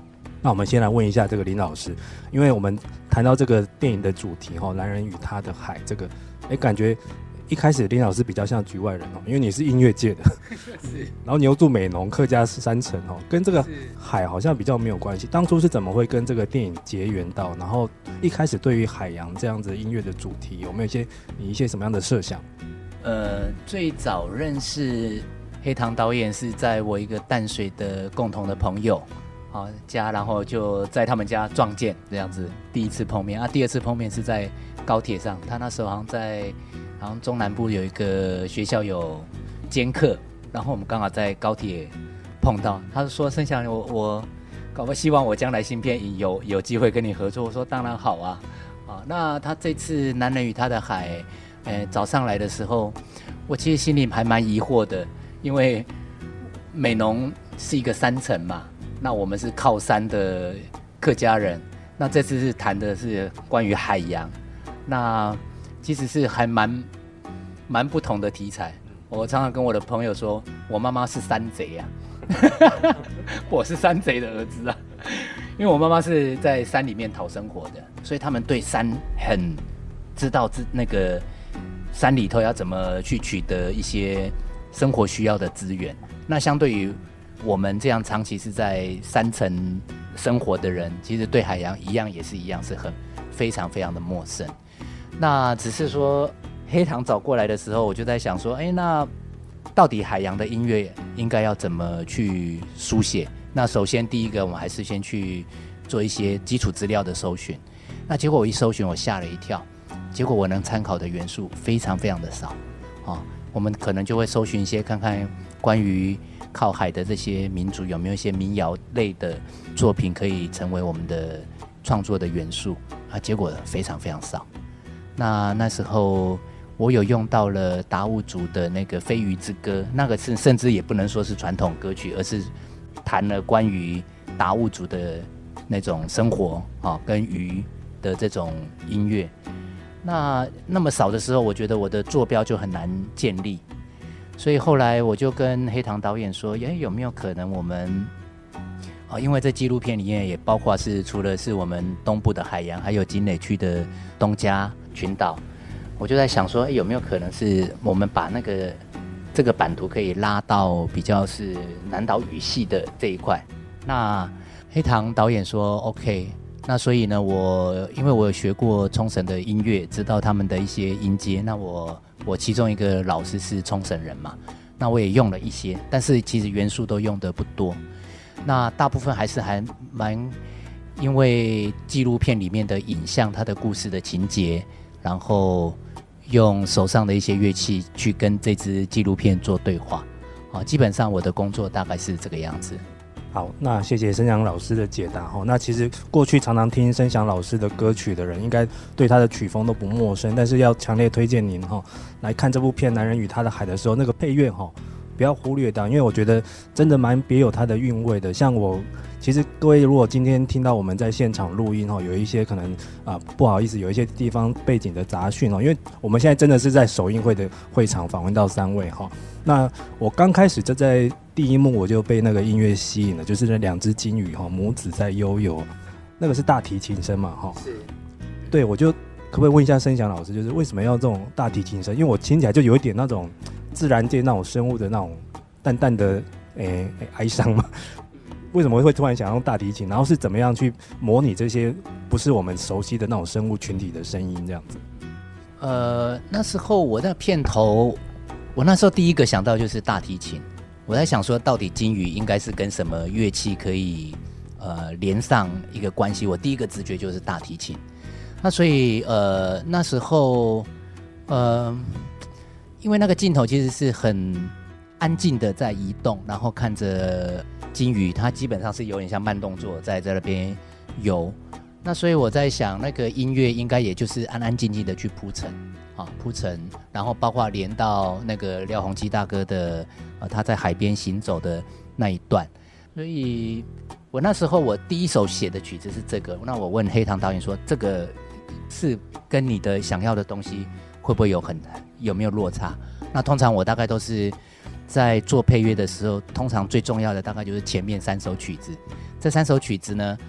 Speaker 2: 那我们先来问一下这个林老师，因为我们谈到这个电影的主题哈，男人与他的海，这个哎感觉一开始林老师比较像局外人哦，因为你是音乐界的，然后你又住美浓客家山城哦，跟这个海好像比较没有关系。当初是怎么会跟这个电影结缘到？然后一开始对于海洋这样子音乐的主题，有没有一些你一些什么样的设想？
Speaker 4: 呃，最早认识黑糖导演是在我一个淡水的共同的朋友啊家，然后就在他们家撞见这样子，第一次碰面啊，第二次碰面是在高铁上，他那时候好像在。好像中南部有一个学校有兼课，然后我们刚好在高铁碰到，他说：“盛祥，我我搞不希望我将来新片有有机会跟你合作。”我说：“当然好啊，啊，那他这次《男人与他的海》，呃，早上来的时候，我其实心里还蛮疑惑的，因为美浓是一个山城嘛，那我们是靠山的客家人，那这次是谈的是关于海洋，那。”其实是还蛮蛮不同的题材。我常常跟我的朋友说，我妈妈是山贼啊，我是山贼的儿子啊，因为我妈妈是在山里面讨生活的，所以他们对山很知道那个山里头要怎么去取得一些生活需要的资源。那相对于我们这样长期是在山城生活的人，其实对海洋一样也是一样，是很非常非常的陌生。那只是说黑糖找过来的时候，我就在想说，哎，那到底海洋的音乐应该要怎么去书写？那首先第一个，我们还是先去做一些基础资料的搜寻。那结果我一搜寻，我吓了一跳，结果我能参考的元素非常非常的少啊。我们可能就会搜寻一些看看关于靠海的这些民族有没有一些民谣类的作品可以成为我们的创作的元素啊，结果非常非常少。那那时候我有用到了达悟族的那个《飞鱼之歌》，那个是甚至也不能说是传统歌曲，而是谈了关于达悟族的那种生活啊，跟鱼的这种音乐。那那么少的时候，我觉得我的坐标就很难建立，所以后来我就跟黑糖导演说，哎，有没有可能我们啊，因为这纪录片里面也包括是除了是我们东部的海洋，还有金磊区的东加群岛，我就在想说，有没有可能是我们把那个这个版图可以拉到比较是南岛语系的这一块？那黑糖导演说 OK， 那所以呢，我因为我有学过冲绳的音乐，知道他们的一些音阶，那我我其中一个老师是冲绳人嘛，那我也用了一些，但是其实元素都用的不多，那大部分还是还蛮因为纪录片里面的影像，它的故事的情节。然后用手上的一些乐器去跟这支纪录片做对话，啊，基本上我的工作大概是这个样子。
Speaker 2: 好，那谢谢申祥老师的解答哈。那其实过去常常听申祥老师的歌曲的人，应该对他的曲风都不陌生，但是要强烈推荐您哈来看这部片《男人与他的海》的时候，那个配乐哈不要忽略到，因为我觉得真的蛮别有它的韵味的。像我。其实各位如果今天听到我们在现场录音有一些可能啊、呃、不好意思，有一些地方背景的杂讯因为我们现在真的是在首映会的会场访问到三位那我刚开始就在第一幕我就被那个音乐吸引了，就是那两只金鱼母子在悠游，那个是大提琴声嘛是，对，我就可不可以问一下申祥老师，就是为什么要这种大提琴声？因为我听起来就有一点那种自然界那种生物的那种淡淡的诶哀伤嘛。为什么会突然想用大提琴？然后是怎么样去模拟这些不是我们熟悉的那种生物群体的声音这样子？
Speaker 4: 呃，那时候我的片头，我那时候第一个想到就是大提琴。我在想说，到底金鱼应该是跟什么乐器可以呃连上一个关系？我第一个直觉就是大提琴。那所以呃那时候呃，因为那个镜头其实是很安静的在移动，然后看着。金鱼它基本上是有点像慢动作在在那边游，那所以我在想那个音乐应该也就是安安静静的去铺陈啊铺陈，然后包括连到那个廖鸿基大哥的呃他在海边行走的那一段，所以我那时候我第一首写的曲子是这个，那我问黑糖导演说这个是跟你的想要的东西会不会有很有没有落差？那通常我大概都是。在做配乐的时候，通常最重要的大概就是前面三首曲子。这三首曲子呢，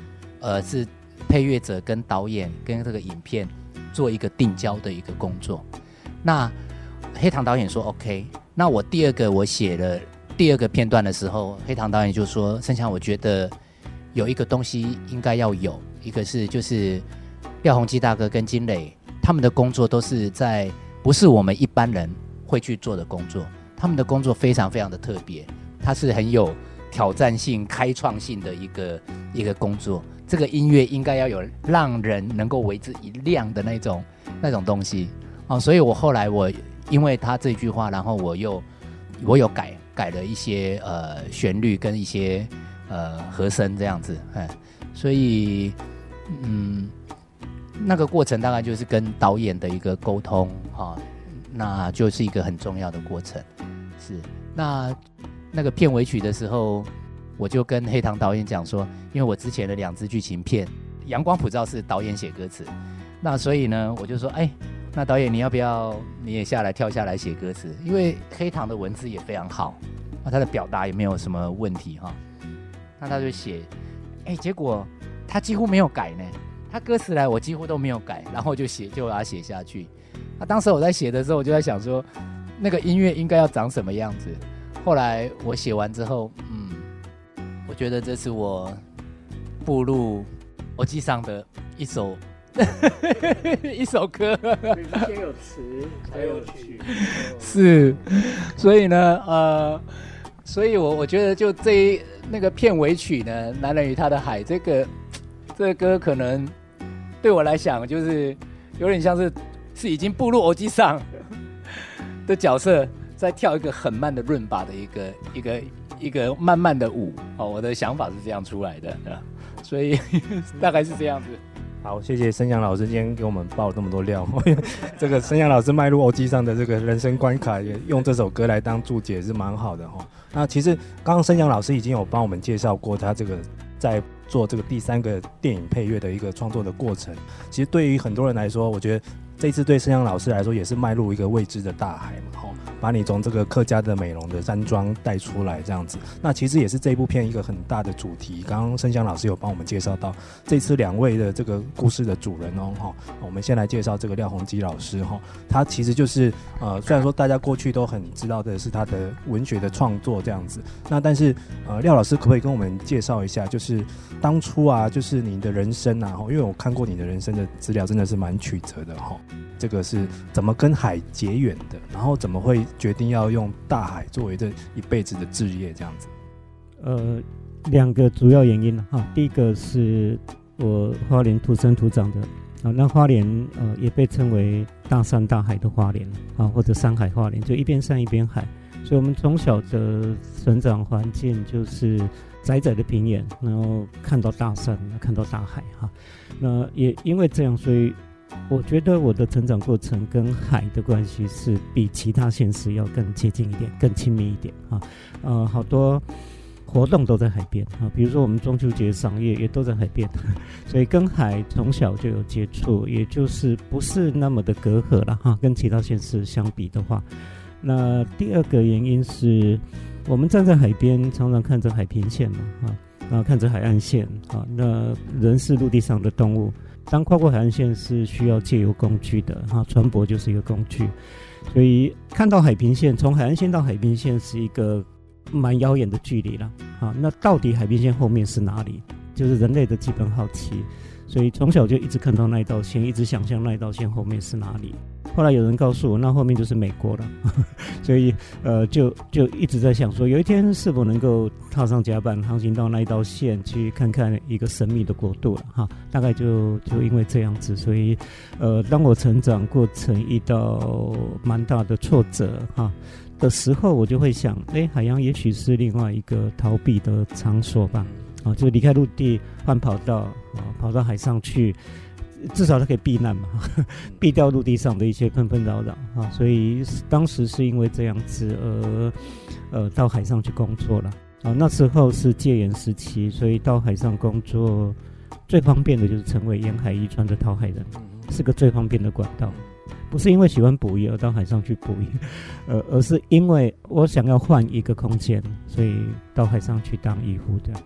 Speaker 4: 呃是配乐者跟导演跟这个影片做一个定焦的一个工作。那黑糖导演说 OK， 那我第二个我写了第二个片段的时候，黑糖导演就说盛强，我觉得有一个东西应该要有，一个是就是廖鸿基大哥跟金磊他们的工作都是在不是我们一般人会去做的工作，他们的工作非常非常的特别，它是很有挑战性开创性的一个一个工作，这个音乐应该要有让人能够为之一亮的那种那种东西、哦、所以我后来我因为他这句话，然后我又我有改改了一些呃旋律跟一些呃和声这样子，哎，所以嗯那个过程大概就是跟导演的一个沟通啊、哦，那就是一个很重要的过程。是那那个片尾曲的时候，我就跟黑糖导演讲说，因为我之前的两支剧情片《阳光普照》是导演写歌词，那所以呢我就说，哎，那导演你要不要你也下来跳下来写歌词？因为黑糖的文字也非常好，那他的表达也没有什么问题哈。那他就写，哎，结果他几乎没有改呢，他歌词来我几乎都没有改，然后就写就把它写下去。那当时我在写的时候，我就在想说，那个音乐应该要长什么样子。后来我写完之后，嗯，我觉得这是我步入欧记上的一首一首歌，
Speaker 5: 先有词才有曲，
Speaker 4: 是，所以呢，呃，所以我我觉得就这一那个片尾曲呢，《男人与他的海》这个这个歌，可能对我来讲，就是有点像是是已经步入欧记上的角色，在跳一个很慢的润把的一个一个一个慢慢的舞哦，我的想法是这样出来的，所以大概是这样子。
Speaker 2: 好，谢谢盛祥老师今天给我们爆了这么多料。这个盛祥老师迈入欧记上的这个人生关卡，也用这首歌来当注解，是蛮好的哈。那其实刚刚盛祥老师已经有帮我们介绍过他这个在做这个第三个电影配乐的一个创作的过程。其实对于很多人来说，我觉得这一次对盛祥老师来说也是迈入一个未知的大海嘛，吼，把你从这个客家的美容的山庄带出来这样子。那其实也是这部片一个很大的主题。刚刚盛祥老师有帮我们介绍到这次两位的这个故事的主人哦，哈，我们先来介绍这个廖鸿基老师哈，他其实就是呃，虽然说大家过去都很知道的是他的文学的创作这样子，那但是呃，廖老师可不可以跟我们介绍一下，就是当初啊，就是你的人生啊，因为我看过你的人生的资料，真的是蛮曲折的哈。这个是怎么跟海结缘的？然后怎么会决定要用大海作为这一辈子的志业这样子？
Speaker 5: 呃，两个主要原因哈。第一个是我花莲土生土长的啊，那花莲呃也被称为大山大海的花莲啊，或者山海花莲，就一边山一边海，所以我们从小的成长环境就是窄窄的平原，然后看到大山，看到大海哈。那也因为这样，所以我觉得我的成长过程跟海的关系是比其他县市要更接近一点，更亲密一点啊。呃，好多活动都在海边啊，比如说我们中秋节赏月也都在海边，所以跟海从小就有接触，也就是不是那么的隔阂了哈。跟其他县市相比的话，那第二个原因是我们站在海边，常常看着海平线嘛啊，然后看着海岸线啊，那人是陆地上的动物。当跨过海岸线是需要借由工具的哈，船舶就是一个工具，所以看到海平线，从海岸线到海平线是一个蛮遥远的距离了啊。那到底海平线后面是哪里？就是人类的基本好奇，所以从小就一直看到那一道线，一直想象那一道线后面是哪里。后来有人告诉我，那后面就是美国了，所以呃，就就一直在想说，有一天是否能够踏上甲板，航行到那一道线，去看看一个神秘的国度了哈。大概就就因为这样子，所以呃，当我成长过程遇到蛮大的挫折哈的时候，我就会想，哎，海洋也许是另外一个逃避的场所吧，啊，就离开陆地换跑道啊，跑到海上去。至少它可以避难嘛，避掉陆地上的一些纷纷扰扰啊，所以当时是因为这样子而呃到海上去工作了啊。那时候是戒严时期，所以到海上工作最方便的就是成为沿海渔船的讨海人，是个最方便的管道。不是因为喜欢捕鱼而到海上去捕鱼，呃，而是因为我想要换一个空间，所以到海上去当渔夫的。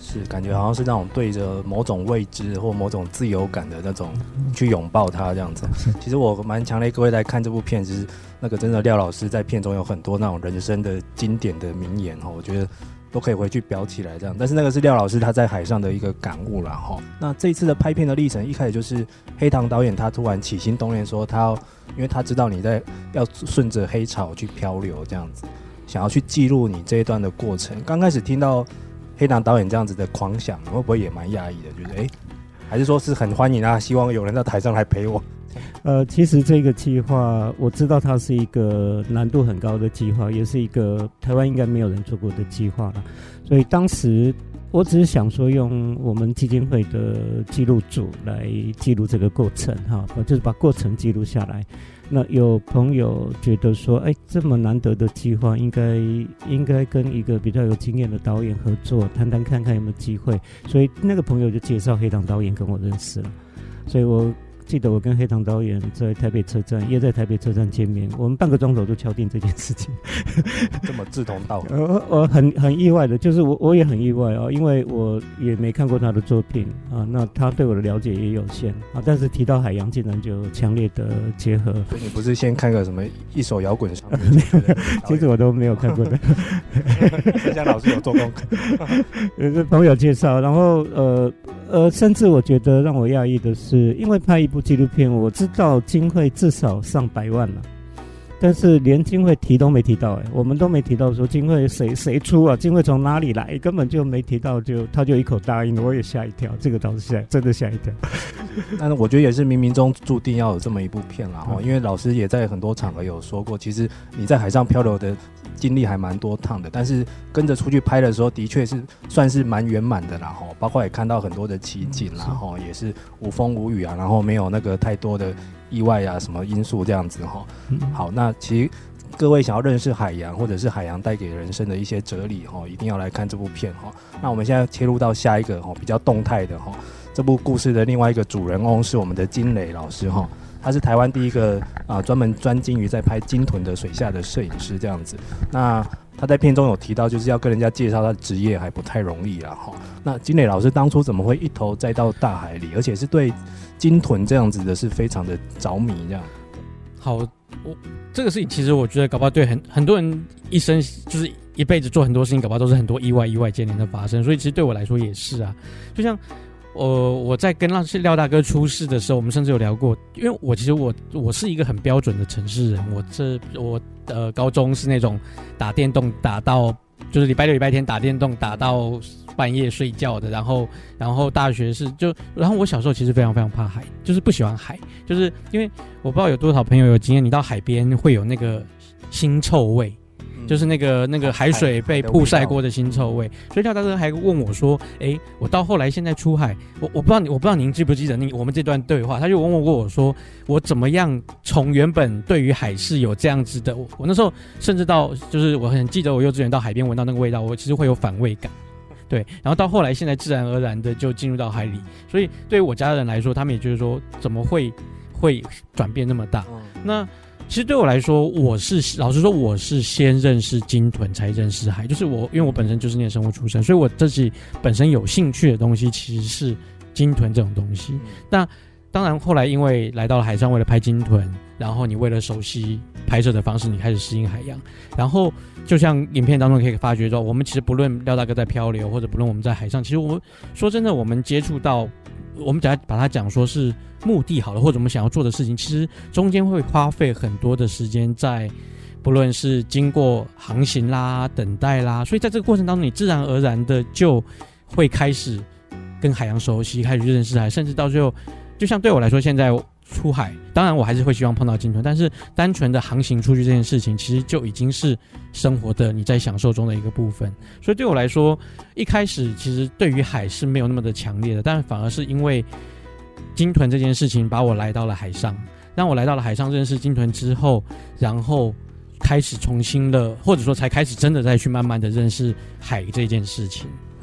Speaker 2: 是感觉好像是那种对着某种未知或某种自由感的那种去拥抱它这样子。其实我蛮强烈各位来看这部片，其实那个真的廖老师在片中有很多那种人生的经典的名言哈，我觉得都可以回去裱起来这样。但是那个是廖老师他在海上的一个感悟啦哈。那这一次的拍片的历程，一开始就是黑糖导演他突然起心动念说他要，因为他知道你在要顺着黑潮去漂流这样子，想要去记录你这一段的过程。刚开始听到黑糖导演这样子的狂想，你会不会也蛮讶异的？觉得哎、欸，还是说是很欢迎啊？希望有人到台上来陪我。
Speaker 5: 呃，其实这个计划我知道它是一个难度很高的计划，也是一个台湾应该没有人做过的计划了。所以当时我只是想说，用我们基金会的记录组来记录这个过程哈，就是把过程记录下来。那有朋友觉得说，哎，这么难得的计划，应该应该跟一个比较有经验的导演合作，谈谈看看有没有机会。所以那个朋友就介绍黑糖导演跟我认识了，所以我记得我跟黑糖导演在台北车站，也在台北车站见面，我们半个钟头就敲定这件事情。
Speaker 2: 这么志同道合。
Speaker 5: 我我很很意外的，就是我我也很意外哦，因为我也没看过他的作品啊，那他对我的了解也有限啊，但是提到海洋，竟然就强烈的结合。
Speaker 2: 所以你不是先看个什么一手摇滚上面？
Speaker 5: 其实我都没有看过的。
Speaker 2: 人家老师有做功课，
Speaker 5: 是朋友介绍，然后呃呃，甚至我觉得让我讶异的是，因为拍一部纪录片，我知道经费至少上百万了，但是连经费提都没提到，哎，我们都没提到说经费谁谁出啊，经费从哪里来，根本就没提到，就他就一口答应，我也吓一跳，这个倒是吓真的吓一跳。
Speaker 2: 但是我觉得也是冥冥中注定要有这么一部片啦，嗯、因为老师也在很多场合有说过，其实你在海上漂流的经历还蛮多趟的，但是跟着出去拍的时候，的确是算是蛮圆满的啦，包括也看到很多的奇景啦，嗯、也是无风无雨啊，然后没有那个太多的意外啊什么因素这样子哈。嗯、好，那其实各位想要认识海洋或者是海洋带给人生的一些哲理哈，一定要来看这部片哈。那我们现在切入到下一个哈比较动态的哈，这部故事的另外一个主人翁是我们的金磊老师哈。他是台湾第一个啊专门专精于在拍鲸豚的水下的摄影师这样子。那他在片中有提到，就是要跟人家介绍他的职业还不太容易啦哈。那金磊老师当初怎么会一头栽到大海里，而且是对鲸豚这样子的是非常的着迷这样？
Speaker 6: 好，我这个事情其实我觉得搞不好对很很多人一生就是一辈子做很多事情，搞不好都是很多意外意外接连的发生，所以其实对我来说也是啊，就像。呃，我在跟廖大哥出事的时候，我们甚至有聊过，因为我其实我我是一个很标准的城市人，我这我呃高中是那种打电动打到就是礼拜六礼拜天打电动打到半夜睡觉的，然后然后大学是就然后我小时候其实非常非常怕海，就是不喜欢海，就是因为我不知道有多少朋友有经验，你到海边会有那个腥臭味。就是那个那个海水被曝晒过的腥臭味，所以廖大哥还问我说：“哎、欸，我到后来现在出海，我我不知道你我不知道您记不记得你我们这段对话？”他就问我我说：“我怎么样从原本对于海是有这样子的，我我那时候甚至到就是我很记得我幼稚园到海边闻到那个味道，我其实会有反胃感，对，然后到后来现在自然而然的就进入到海里，所以对于我家人来说，他们也觉得说怎么会会转变那么大？那。”其实对我来说，我是老实说，我是先认识鲸豚才认识海。就是我，因为我本身就是念生物出身，所以我自己本身有兴趣的东西其实是鲸豚这种东西。那当然，后来因为来到了海上，为了拍鲸豚，然后你为了熟悉拍摄的方式，你开始适应海洋。然后就像影片当中可以发觉到，我们其实不论廖大哥在漂流，或者不论我们在海上，其实我们说真的，我们接触到。我们把把它讲说是目的好了，或者我们想要做的事情，其实中间会花费很多的时间在，不论是经过航行啦、等待啦，所以在这个过程当中，你自然而然的就会开始跟海洋熟悉，开始认识海，甚至到最后，就像对我来说，现在出海，当然我还是会希望碰到鲸豚，但是单纯的航行出去这件事情，其实就已经是生活的你在享受中的一个部分。所以对我来说，一开始其实对于海是没有那么的强烈的，但反而是因为鲸豚这件事情把我来到了海上，让我来到了海上认识鲸豚之后，然后开始重新的，或者说才开始真的再去慢慢的认识海这件事情。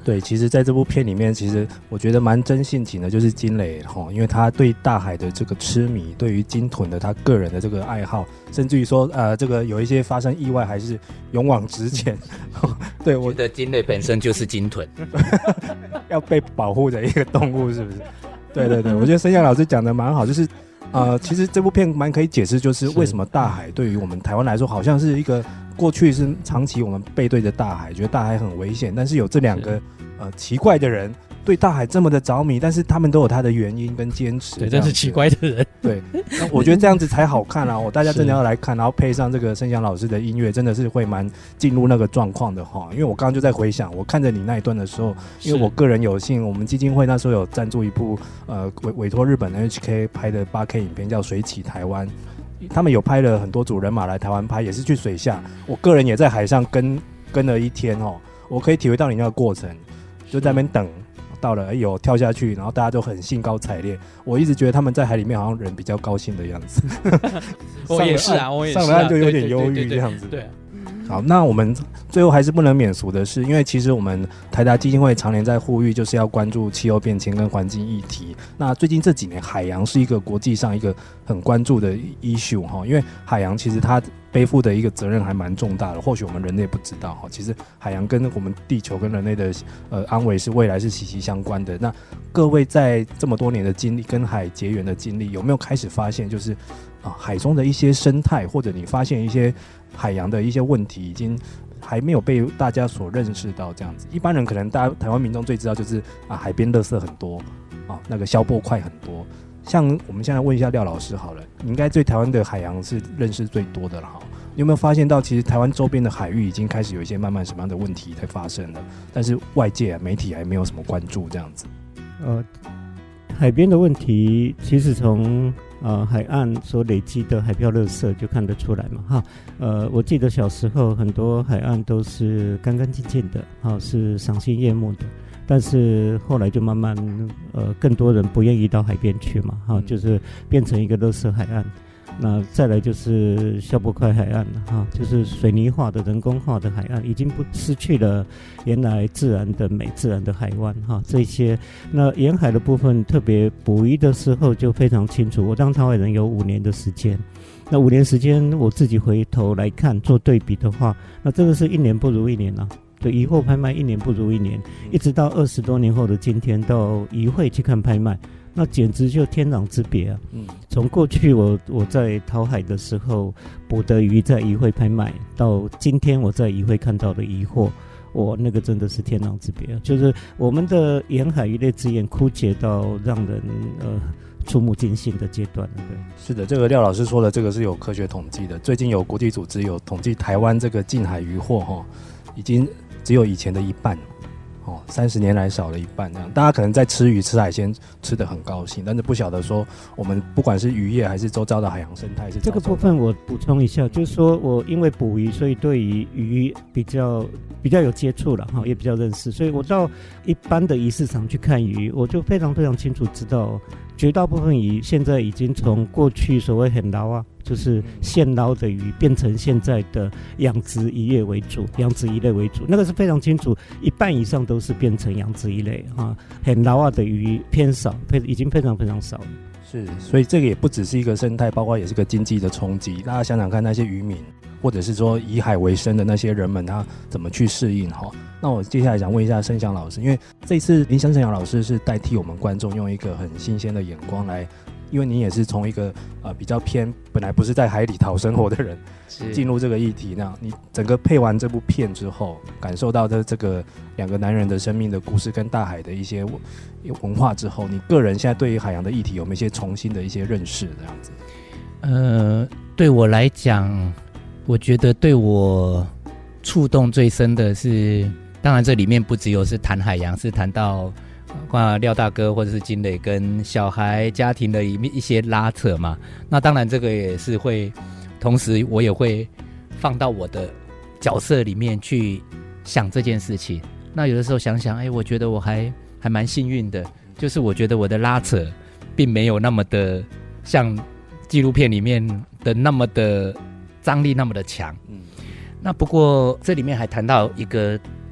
Speaker 2: 对，其实在这部片里面，其实我觉得蛮真性情的，就是金磊哈，因为他对大海的这个痴迷，对于鲸豚的他个人的这个爱好，甚至于说呃，这个有一些发生意外还是勇往直前。对，我
Speaker 4: 觉得鲸类本身就是鲸豚，
Speaker 2: 要被保护的一个动物，是不是？对对对，我觉得申翔老师讲的蛮好，就是呃，其实这部片蛮可以解释，就是为什么大海对于我们台湾来说，好像是一个过去是长期我们背对着大海，觉得大海很危险，但是有这两个呃奇怪的人对大海这么的着迷，但是他们都有他的原因跟坚持。
Speaker 6: 对，真是奇怪的人。
Speaker 2: 对，那我觉得这样子才好看啊！我大家真的要来看，然后配上这个申翔老师的音乐，真的是会蛮进入那个状况的哈。因为我刚刚就在回想，我看着你那一段的时候，因为我个人有幸，我们基金会那时候有赞助一部呃委委托日本的 H K 拍的八 K 影片，叫《水起台湾》。他们有拍了很多组人马来台湾拍，也是去水下。我个人也在海上跟跟了一天哦，我可以体会到你那个过程，就在那边等。到了，哎呦，跳下去，然后大家都很兴高采烈。我一直觉得他们在海里面好像人比较高兴的样子。
Speaker 6: 我也是啊，我也是、啊。
Speaker 2: 上了岸就有点忧郁这样子。
Speaker 6: 对,对,对,对,对。
Speaker 2: 好，那我们最后还是不能免俗的是，因为其实我们台达基金会常年在呼吁，就是要关注气候变迁跟环境议题。那最近这几年，海洋是一个国际上一个很关注的 issue 哈，因为海洋其实它背负的一个责任还蛮重大的，或许我们人类不知道哈。其实海洋跟我们地球跟人类的呃安危是未来是息息相关的。那各位在这么多年的经历跟海结缘的经历，有没有开始发现就是啊海中的一些生态，或者你发现一些海洋的一些问题，已经还没有被大家所认识到这样子。一般人可能大家台湾民众最知道就是啊海边垃圾很多啊，那个消波块很多。像我们现在问一下廖老师好了，你应该对台湾的海洋是认识最多的了哈。你有没有发现到，其实台湾周边的海域已经开始有一些慢慢什么样的问题在发生了，但是外界、啊、媒体还没有什么关注这样子。
Speaker 5: 呃，海边的问题其实从呃海岸所累积的海漂垃圾就看得出来嘛哈。呃，我记得小时候很多海岸都是干干净净的，哈，是赏心悦目的。但是后来就慢慢，呃，更多人不愿意到海边去嘛，哈、嗯，就是变成一个垃圾海岸。那再来就是消波块海岸了，哈，就是水泥化的、人工化的海岸，已经不失去了原来自然的美、自然的海湾，哈，这些。那沿海的部分，特别捕鱼的时候就非常清楚。我当台湾人有五年的时间，那五年时间我自己回头来看做对比的话，那这个是一年不如一年啊。对，渔获拍卖一年不如一年，一直到二十多年后的今天，到渔会去看拍卖，那简直就天壤之别啊！嗯，从过去我我在讨海的时候捕的鱼在渔会拍卖，到今天我在渔会看到的渔获，我那个真的是天壤之别啊！就是我们的沿海渔类资源枯竭到让人呃触目惊心的阶段了。对，
Speaker 2: 是的，这个廖老师说的这个是有科学统计的，最近有国际组织有统计台湾这个近海渔获哈，已经只有以前的一半，哦，三十年来少了一半这样。大家可能在吃鱼吃海鲜吃得很高兴，但是不晓得说我们不管是渔业还是周遭的海洋生态是
Speaker 5: 这个部分我补充一下，就是说我因为捕鱼，所以对于鱼比较比较有接触了哈，也比较认识，所以我到一般的鱼市场去看鱼，我就非常非常清楚知道，绝大部分鱼现在已经从过去所谓很捞啊，就是现捞的鱼变成现在的养殖渔业为主，养殖鱼类为主，那个是非常清楚，一半以上都是变成养殖鱼类啊，很捞啊的鱼偏少，已经非常非常少了。
Speaker 2: 是，所以这个也不只是一个生态，包括也是个经济的冲击。大家想想看，那些渔民或者是说以海为生的那些人们，他怎么去适应哈？那我接下来想问一下申翔老师，因为这一次林申翔老师是代替我们观众用一个很新鲜的眼光来，因为你也是从一个呃比较偏本来不是在海里讨生活的人进入这个议题，那你整个配完这部片之后，感受到的这个两个男人的生命的故事跟大海的一些文化之后，你个人现在对于海洋的议题有没有一些重新的一些认识这样子？
Speaker 4: 呃，对我来讲，我觉得对我触动最深的是，当然这里面不只有是谈海洋，是谈到啊廖大哥或者是金磊跟小孩家庭的一些拉扯嘛。那当然这个也是会，同时我也会放到我的角色里面去想这件事情。那有的时候想想，哎，我觉得我还还蛮幸运的，就是我觉得我的拉扯并没有那么的像纪录片里面的那么的张力那么的强。嗯，那不过这里面还谈到一个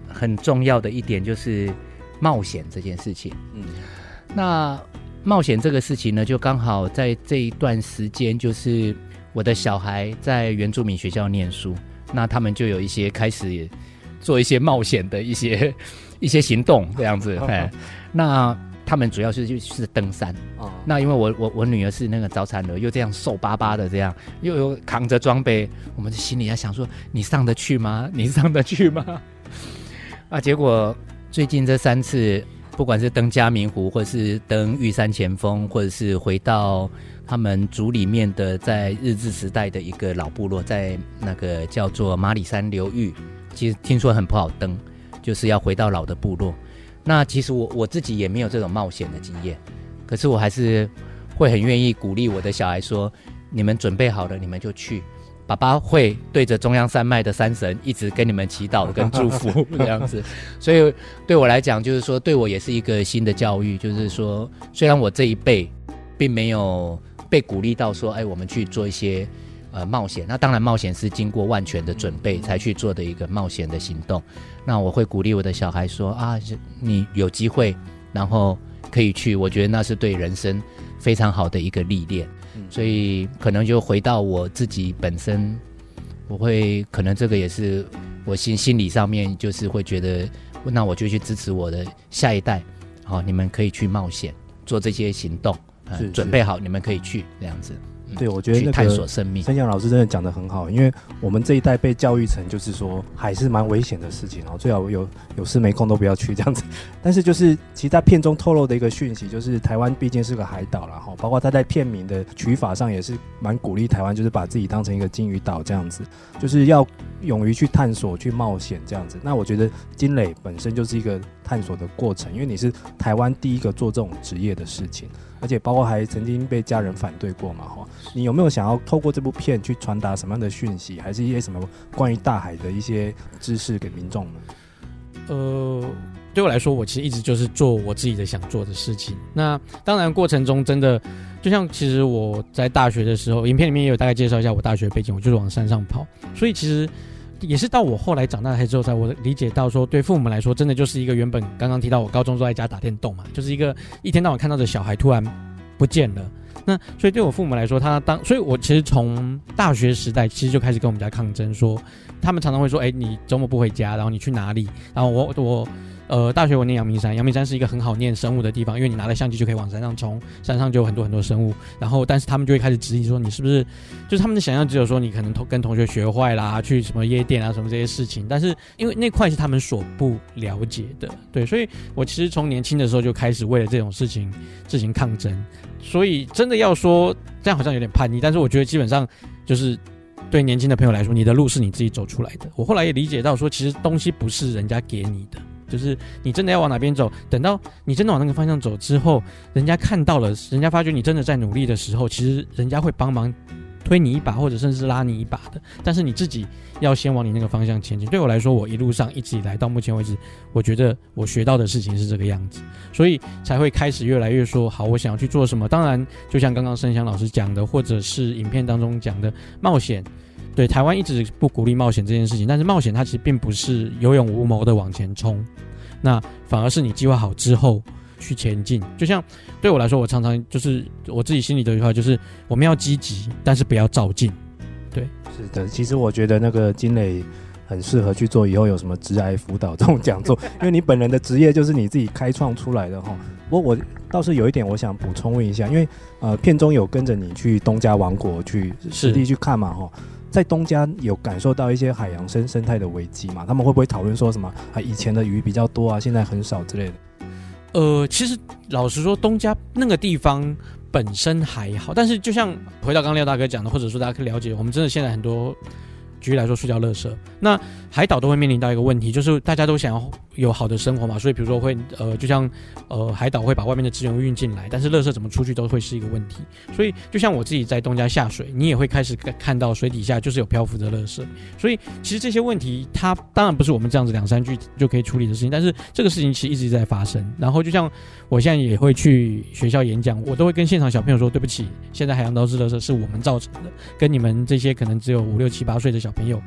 Speaker 4: 很重要的一点就是冒险这件事情。
Speaker 2: 嗯，
Speaker 4: 那冒险这个事情呢，就刚好在这一段时间，就是我的小孩在原住民学校念书，那他们就有一些开始做一些冒险的一些一些行动这样子。那他们主要是就是登山。哦，那因为我我我女儿是那个早产儿，又这样瘦巴巴的，这样又有扛着装备，我们心里在想说，你上得去吗？你上得去吗？啊，结果最近这三次，不管是登嘉明湖，或是登玉山前锋，或者是回到他们族里面的在日治时代的一个老部落，在那个叫做马里山流域，其实听说很不好登，就是要回到老的部落。那其实我我自己也没有这种冒险的经验，可是我还是会很愿意鼓励我的小孩说，你们准备好了你们就去，爸爸会对着中央山脉的山神一直跟你们祈祷跟祝福这样子。所以对我来讲，就是说对我也是一个新的教育，就是说虽然我这一辈并没有被鼓励到说，哎，我们去做一些呃冒险，那当然冒险是经过万全的准备才去做的一个冒险的行动。那我会鼓励我的小孩说啊，你有机会然后可以去，我觉得那是对人生非常好的一个历练。所以可能就回到我自己本身，我会可能这个也是我心心理上面就是会觉得，那我就去支持我的下一代，好，你们可以去冒险做这些行动，呃、准备好你们可以去这样子。
Speaker 2: 对，我觉得那个
Speaker 4: 探索生命，
Speaker 2: 申翔老师真的讲得很好，因为我们这一代被教育成就是说海是蛮危险的事情，最好有有事没空都不要去这样子。但是就是其实在片中透露的一个讯息，就是台湾毕竟是个海岛啦，包括他在片名的取法上也是蛮鼓励台湾，就是把自己当成一个鲸鱼岛这样子，就是要勇于去探索去冒险这样子。那我觉得金磊本身就是一个探索的过程，因为你是台湾第一个做这种职业的事情，而且包括还曾经被家人反对过嘛，你有没有想要透过这部片去传达什么样的讯息，还是一些什么关于大海的一些知识给民众呢？
Speaker 6: 呃，对我来说，我其实一直就是做我自己的想做的事情。那当然过程中真的，就像其实我在大学的时候，影片里面也有大概介绍一下我大学背景，我就是往山上跑，所以其实也是到我后来长大之后，才我理解到说，对父母来说，真的就是一个原本刚刚提到我高中都在家打电动嘛，就是一个一天到晚看到的小孩突然不见了。那所以对我父母来说，他当所以我其实从大学时代其实就开始跟我们家抗争，说他们常常会说，哎，你周末不回家，然后你去哪里？然后我我呃大学我念阳明山，阳明山是一个很好念生物的地方，因为你拿了相机就可以往山上冲，山上就有很多很多生物。然后但是他们就会开始质疑说，你是不是就是他们的想象只有说你可能跟同学学坏啦，去什么夜店啊什么这些事情，但是因为那块是他们所不了解的，对，所以我其实从年轻的时候就开始为了这种事情事情抗争。所以真的要说这样好像有点叛逆，但是我觉得基本上就是对年轻的朋友来说，你的路是你自己走出来的。我后来也理解到说，其实东西不是人家给你的，就是你真的要往哪边走，等到你真的往那个方向走之后，人家看到了，人家发觉你真的在努力的时候，其实人家会帮忙推你一把，或者甚至拉你一把的，但是你自己要先往你那个方向前进。对我来说，我一路上一直以来到目前为止，我觉得我学到的事情是这个样子，所以才会开始越来越说好，我想要去做什么。当然就像刚刚申翔老师讲的，或者是影片当中讲的冒险，对，台湾一直不鼓励冒险这件事情，但是冒险它其实并不是有勇无谋的往前冲，那反而是你计划好之后去前进。就像对我来说，我常常就是我自己心里的一句话，就是我们要积极，但是不要照进。对，
Speaker 2: 是的，其实我觉得那个金磊很适合去做以后有什么职涯辅导这种讲座，因为你本人的职业就是你自己开创出来的哈。不过我倒是有一点我想补充问一下，因为呃片中有跟着你去东加王国去实地去看嘛哈，在东加有感受到一些海洋生生态的危机嘛？他们会不会讨论说什么啊以前的鱼比较多啊，现在很少之类的？
Speaker 6: 呃，其实老实说，东加那个地方本身还好，但是就像回到刚刚廖大哥讲的，或者说大家可以了解，我们真的现在很多举例来说塑胶垃圾，那海岛都会面临到一个问题，就是大家都想要有好的生活嘛，所以比如说会呃，就像呃海岛会把外面的资源运进来，但是垃圾怎么出去都会是一个问题。所以就像我自己在东加下水，你也会开始看到水底下就是有漂浮的垃圾，所以其实这些问题它当然不是我们这样子两三句就可以处理的事情，但是这个事情其实一直在发生。然后就像我现在也会去学校演讲，我都会跟现场小朋友说，对不起，现在海洋都是垃圾是我们造成的，跟你们这些可能只有五六七八岁的小朋友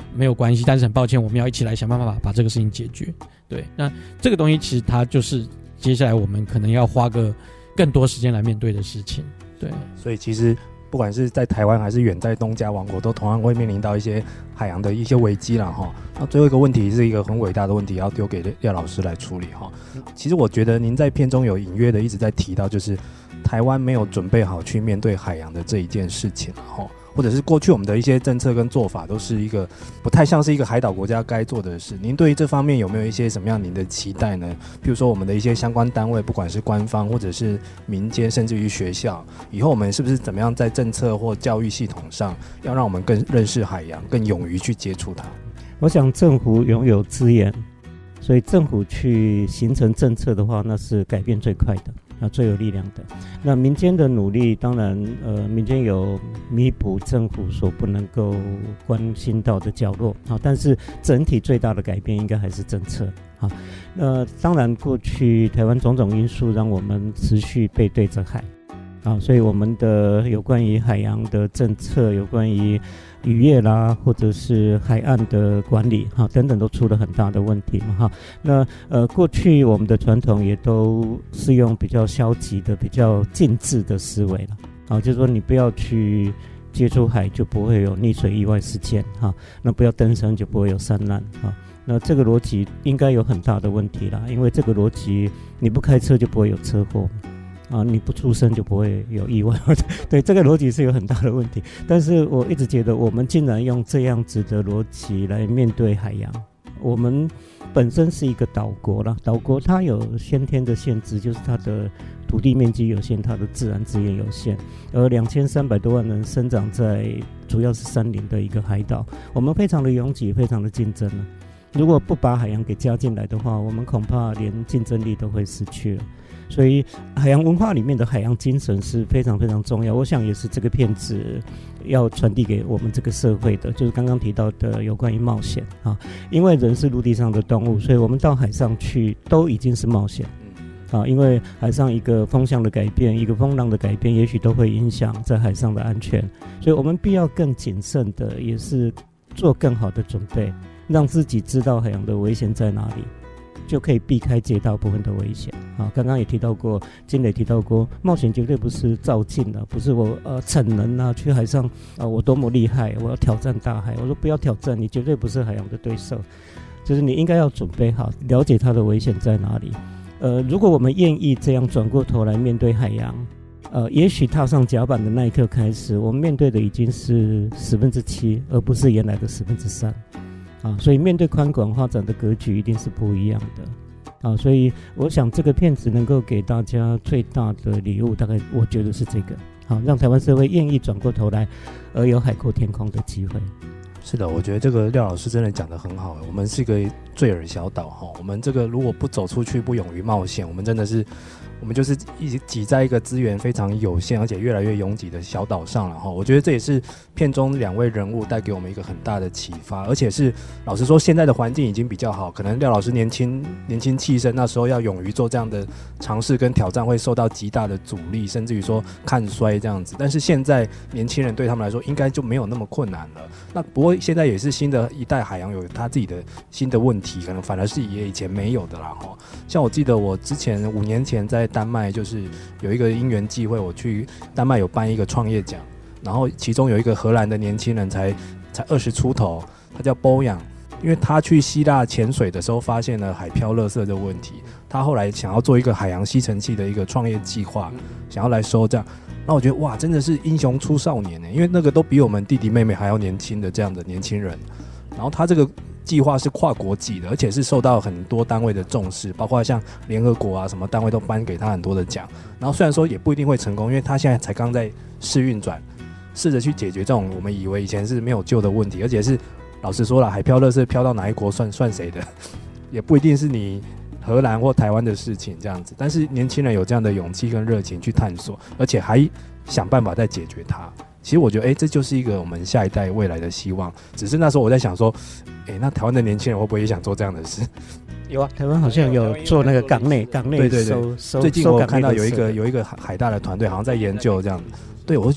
Speaker 6: 没有关系，但是很抱歉，我们要一起来想办法把这个事情解决。对，那这个东西其实它就是接下来我们可能要花个更多时间来面对的事情。对，
Speaker 2: 所以其实不管是在台湾还是远在东加王国，都同样会面临到一些海洋的一些危机啦齁。那最后一个问题是一个很伟大的问题，要丢给廖老师来处理齁。其实我觉得您在片中有隐约的一直在提到，就是台湾没有准备好去面对海洋的这一件事情齁。或者是过去我们的一些政策跟做法都是一个不太像是一个海岛国家该做的事。您对于这方面有没有一些什么样您的期待呢？比如说我们的一些相关单位，不管是官方或者是民间，甚至于学校，以后我们是不是怎么样在政策或教育系统上，要让我们更认识海洋，更勇于去接触它？
Speaker 5: 我想政府拥有资源，所以政府去形成政策的话，那是改变最快的。啊，最有力量的。那民间的努力，当然，呃，民间有弥补政府所不能够关心到的角落啊，但是整体最大的改变应该还是政策啊。呃，当然，过去台湾种种因素让我们持续背对着海啊，所以我们的有关于海洋的政策，有关于渔业啦，或者是海岸的管理哈等等，都出了很大的问题嘛哈。那呃，过去我们的传统也都是用比较消极的、比较禁制的思维了啊，就是说你不要去接触海，就不会有溺水意外事件哈。那不要登山，就不会有山难啊。那这个逻辑应该有很大的问题啦，因为这个逻辑你不开车就不会有车祸。啊，你不出生就不会有意外，对，这个逻辑是有很大的问题。但是我一直觉得，我们竟然用这样子的逻辑来面对海洋。我们本身是一个岛国啦，岛国它有先天的限制，就是它的土地面积有限，它的自然资源有限。而两千三百多万人生长在主要是山林的一个海岛，我们非常的拥挤，非常的竞争了。如果不把海洋给加进来的话，我们恐怕连竞争力都会失去了。所以海洋文化里面的海洋精神是非常非常重要，我想也是这个片子要传递给我们这个社会的，就是刚刚提到的有关于冒险啊，因为人是陆地上的动物，所以我们到海上去都已经是冒险啊，因为海上一个风向的改变，一个风浪的改变，也许都会影响在海上的安全，所以我们必要更谨慎的，也是做更好的准备，让自己知道海洋的危险在哪里，就可以避开绝大部分的危险啊！刚刚也提到过，金磊提到过，冒险绝对不是照进的，不是我呃逞能啊，去海上啊、呃、我多么厉害，我要挑战大海。我说不要挑战，你绝对不是海洋的对手，就是你应该要准备好，了解它的危险在哪里。呃，如果我们愿意这样转过头来面对海洋，呃，也许踏上甲板的那一刻开始，我们面对的已经是十分之七，而不是原来的十分之三。啊，所以面对宽广发展的格局一定是不一样的啊，所以我想这个片子能够给大家最大的礼物，大概我觉得是这个，好，让台湾社会愿意转过头来，而有海阔天空的机会。
Speaker 2: 是的，我觉得这个廖老师真的讲得很好。我们是一个坠尔小岛哈，我们这个如果不走出去，不勇于冒险，我们真的是。我们就是一直挤在一个资源非常有限而且越来越拥挤的小岛上了哈。我觉得这也是片中两位人物带给我们一个很大的启发，而且是老实说，现在的环境已经比较好，可能廖老师年轻年轻气盛，那时候要勇于做这样的尝试跟挑战，会受到极大的阻力，甚至于说看衰这样子。但是现在年轻人对他们来说，应该就没有那么困难了。那不过现在也是新的一代海洋有他自己的新的问题，可能反而是也以前没有的啦哈。像我记得我之前五年前在丹麦就是有一个因缘际会，我去丹麦有办一个创业奖，然后其中有一个荷兰的年轻人才才二十出头，他叫 Bojan， 因为他去希腊潜水的时候发现了海漂垃圾的问题，他后来想要做一个海洋吸尘器的一个创业计划，想要来收这样。那我觉得哇，真的是英雄出少年耶，因为那个都比我们弟弟妹妹还要年轻的这样的年轻人，然后他这个计划是跨国际的，而且是受到很多单位的重视，包括像联合国啊什么单位都颁给他很多的奖。然后虽然说也不一定会成功，因为他现在才刚在试运转，试着去解决这种我们以为以前是没有救的问题，而且是老实说了，海漂垃圾漂到哪一国算算谁的，也不一定是你荷兰或台湾的事情这样子。但是年轻人有这样的勇气跟热情去探索，而且还想办法再解决它。其实我觉得，哎、欸，这就是一个我们下一代未来的希望。只是那时候我在想说，哎、欸，那台湾的年轻人会不会也想做这样的事？
Speaker 5: 有啊，台湾好像有做那个港内港内收收。
Speaker 2: 最近我看到有一个有一个海大的团队好像在研究这样。对，我就觉得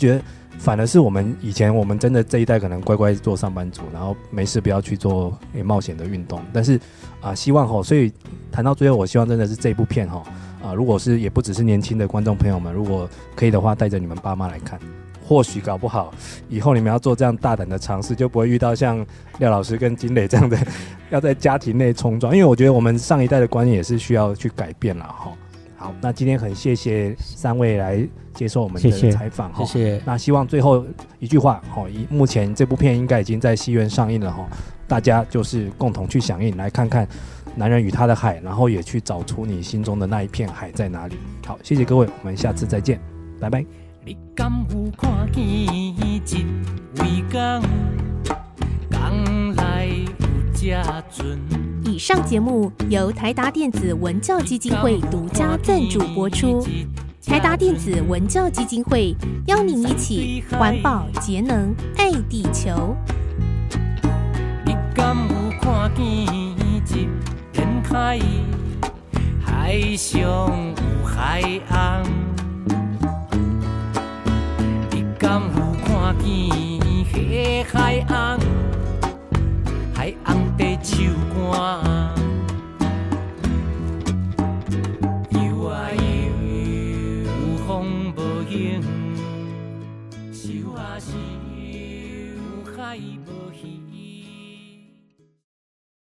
Speaker 2: 反而是我们以前我们真的这一代可能乖乖做上班族，然后没事不要去做、欸、冒险的运动。但是啊、呃，希望吼，所以谈到最后，我希望真的是这部片吼啊、呃，如果是也不只是年轻的观众朋友们，如果可以的话，带着你们爸妈来看。或许搞不好以后你们要做这样大胆的尝试，就不会遇到像廖老师跟金磊这样的要在家庭内冲撞，因为我觉得我们上一代的观念也是需要去改变啦齁。好，那今天很谢谢三位来接受我们的采访，
Speaker 6: 谢谢。
Speaker 2: 那希望最后一句话齁，目前这部片应该已经在戏院上映了齁，大家就是共同去响应，来看看男人与他的海，然后也去找出你心中的那一片海在哪里。好，谢谢各位，我们下次再见，拜拜。你敢有看见一位港，港来有这船。
Speaker 7: 以上节目由台达电子文教基金会独家赞助播出。台达电子文教基金会邀您一起环保节能爱地球。你敢有看见一片海，海上有海洋？敢有看见迄海洋